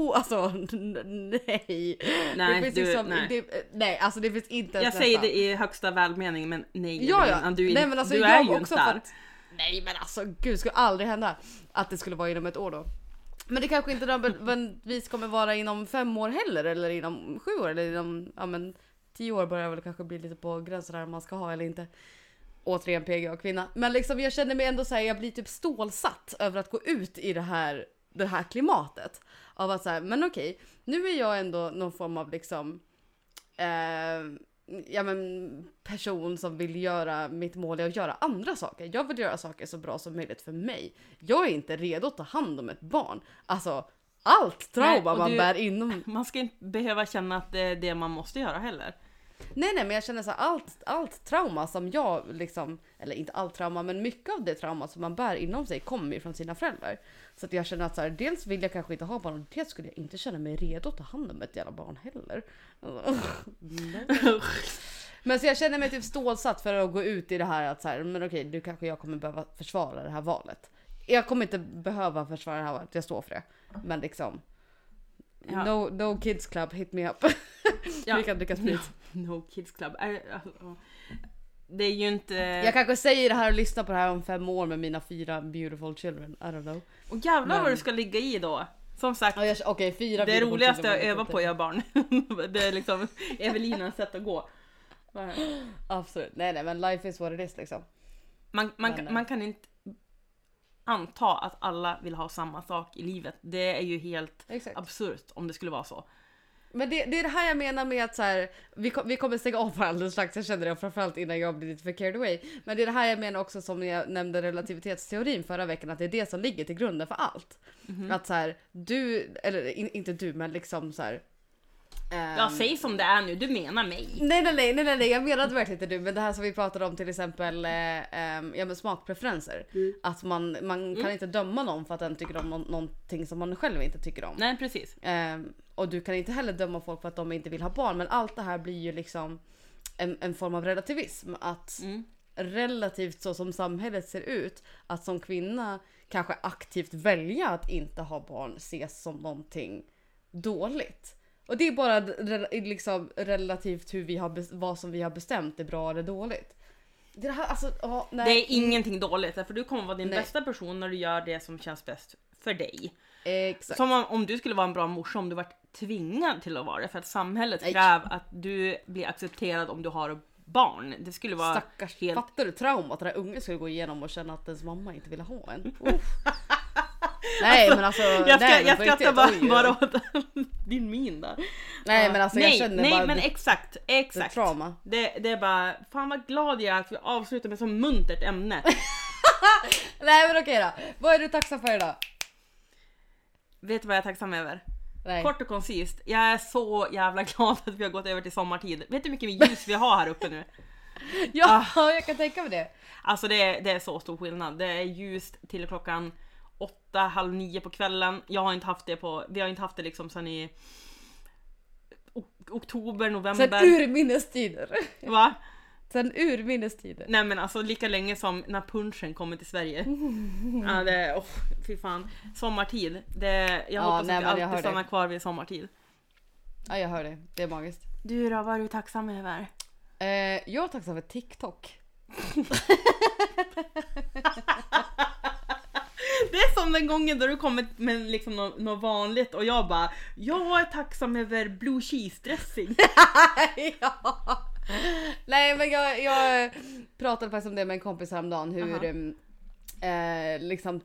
Nej. Nej, det finns nej, alltså det finns inte. Jag säger det i högsta välmening, men nej. Ja. Du jag är ju inte där. Nej men alltså gud, skulle aldrig hända att det skulle vara inom 1 år då. Men det kanske inte nödvändigtvis kommer vara inom 5 år heller, eller inom 7 år, eller inom 10 år börjar väl kanske bli lite på gränsen där man ska ha eller inte. Återigen PGA kvinna. Men liksom jag känner mig ändå så här, jag blir typ stålsatt över att gå ut i det här klimatet. Av att så här, men okej, nu är jag ändå någon form av liksom person som vill göra mitt mål är att göra andra saker. Jag vill göra saker så bra som möjligt för mig. Jag är inte redo att ta hand om ett barn. Alltså, allt trauma man bär inom. Man ska inte behöva känna att det är det man måste göra heller. Nej, men jag känner så här, allt trauma som jag liksom, eller inte allt trauma, men mycket av det trauma som man bär inom sig kommer ju från sina föräldrar. Så att jag känner att så här, dels vill jag kanske inte ha barn, och dels skulle jag inte känna mig redo att ta hand om ett jävla barn heller. Men så jag känner mig typ stålsatt för att gå ut i det här att så här, men okej, du kanske jag kommer behöva försvara det här valet. Jag kommer inte behöva försvara det här valet, jag står för det. Men liksom, no kids club, hit me up. Vi kan dricka sprit. No kids club. Det är ju inte... Jag kanske säger det här och lyssnar på det här om 5 år med mina 4 beautiful children, I don't know. Och jävlar vad du ska ligga i då. Som sagt, Okej, 4 det roligaste jag övar på jag barn. Det är liksom Evelinas sätt att gå. Absolut, nej men life is what it is liksom. Man kan inte anta att alla vill ha samma sak i livet. Det är ju helt absurt om det skulle vara så. Men det är det här jag menar med att så här, vi kommer stänga av alldeles strax, jag känner det, framförallt innan jag blir lite för carried away. Men det är det här jag menar också som jag nämnde relativitetsteorin förra veckan, att det är det som ligger till grunden för allt. Att så här, du, eller inte du, men liksom så här. Ja, säg som det är nu, du menar mig. Nej, jag menade verkligen inte du, men det här som vi pratade om till exempel men smakpreferenser. Att man kan inte döma någon för att den tycker om någonting som man själv inte tycker om. Nej, precis. Och du kan inte heller döma folk för att de inte vill ha barn, men allt det här blir ju liksom en form av relativism. Att relativt så som samhället ser ut, att som kvinna kanske aktivt välja att inte ha barn ses som någonting dåligt. Och det är bara liksom relativt hur vi har vad som vi har bestämt är bra eller dåligt. Det här, alltså, nej. Det är ingenting dåligt, för du kommer vara din bästa person när du gör det som känns bäst för dig. Exakt. Som om du skulle vara en bra morsa, om du varit tvingad till att vara det, för att samhället kräver att du blir accepterad om du har barn. Det skulle vara stackars, helt... Fattar du trauma att den här ungen skulle gå igenom och känna att ens mamma inte ville ha en? Nej, men alltså jag skrattar bara åt din min där. Nej, men alltså jag känner bara men exakt. Trauma. Det är bara, fan vad glad jag är att vi avslutar med så muntert ämne. Nej, men okej då. Vad är du tacksam för idag? Vet du vad jag är tacksam över? Nej. Kort och koncist. Jag är så jävla glad att vi har gått över till sommartid. Vet du hur mycket ljus vi har här uppe nu? Ja, jag kan tänka mig det. Alltså det är så stor skillnad. Det är ljust till klockan 8, halv 9 på kvällen. Vi har inte haft det liksom sen i oktober, november. Sen urminnestider. Va? Sen urminnestider. Nej, men alltså lika länge som när punchen kommer till Sverige. Ja, det är, fy fan. Sommartid. Jag hoppas att jag alltid stannar kvar vid sommartid. Ja, jag hör det. Det är magiskt. Du då, vad är du tacksam över? Jag är tacksam för TikTok. Det är som den gången då du kommer med liksom något vanligt och jag bara, jag är tacksam över blue cheese dressing. Ja. Nej, men jag pratade faktiskt om det med en kompis häromdagen, hur liksom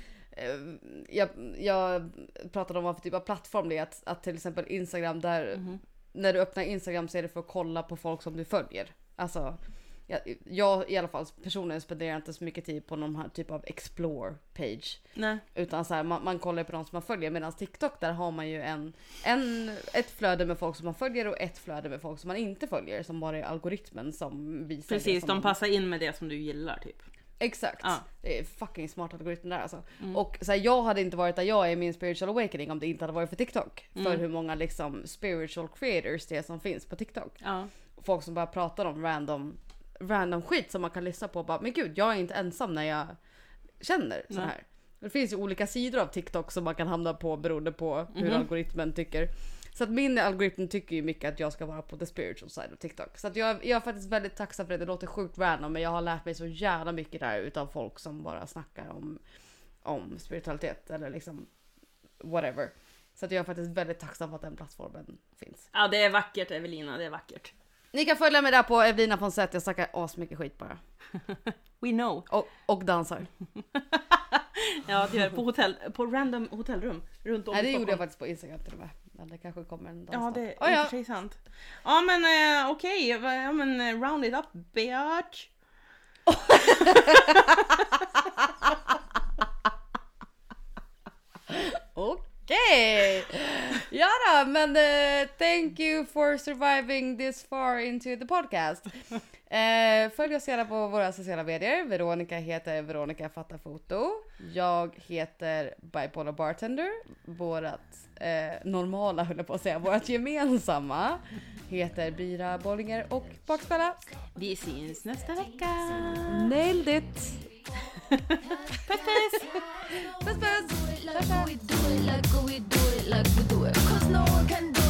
jag pratade om vad för typ av plattform det är, att till exempel Instagram, där när du öppnar Instagram så är det för att kolla på folk som du följer. Alltså jag i alla fall personligen spenderar inte så mycket tid på någon här typ av explore page. Nej. Utan så här, man kollar på de som man följer, medan TikTok där har man ju ett flöde med folk som man följer och ett flöde med folk som man inte följer, som bara är algoritmen som visar. Precis, de passar in med det som du gillar typ. Exakt. Ja. Det är fucking smart algoritm där alltså. Och så här, jag hade inte varit där jag är i min spiritual awakening om det inte hade varit för TikTok. För hur många liksom spiritual creators det är som finns på TikTok. Ja. Folk som bara pratar om random skit som man kan lyssna på. Bara, men gud, jag är inte ensam när jag känner så här. Det finns ju olika sidor av TikTok som man kan hamna på beroende på hur algoritmen tycker. Så att min algoritm tycker ju mycket att jag ska vara på the spiritual side av TikTok. Så att jag är faktiskt väldigt tacksam för det. Det låter sjukt random, men jag har lärt mig så jävla mycket där utav folk som bara snackar om spiritualitet eller liksom whatever. Så att jag är faktiskt väldigt tacksam för att den plattformen finns. Ja, det är vackert, Evelina, det är vackert. Ni kan följa mig där på Evelina von Seth. Jag snackar asmycket skit bara. We know. Och dansar. Ja, det gör på random hotellrum runt om. Nej, det gjorde jag faktiskt på Instagram till och med. Men det kanske kommer en dans. Ja, det är i och för sig sant. Ja, men okej. Ja, men round it up, bitch. Okej. Ja då, men thank you for surviving this far into the podcast. Följ oss gärna på våra sociala medier. Veronica heter Veronica Fattar Foto. Jag heter Bipolar Bartender. Vårat normala, höll jag på att säga, vårat gemensamma heter Bira Bollinger och Bakspela. Vi syns nästa vecka. Nailed it! Puss! Like we do it, like we do it, like we do it. 'Cause no one can do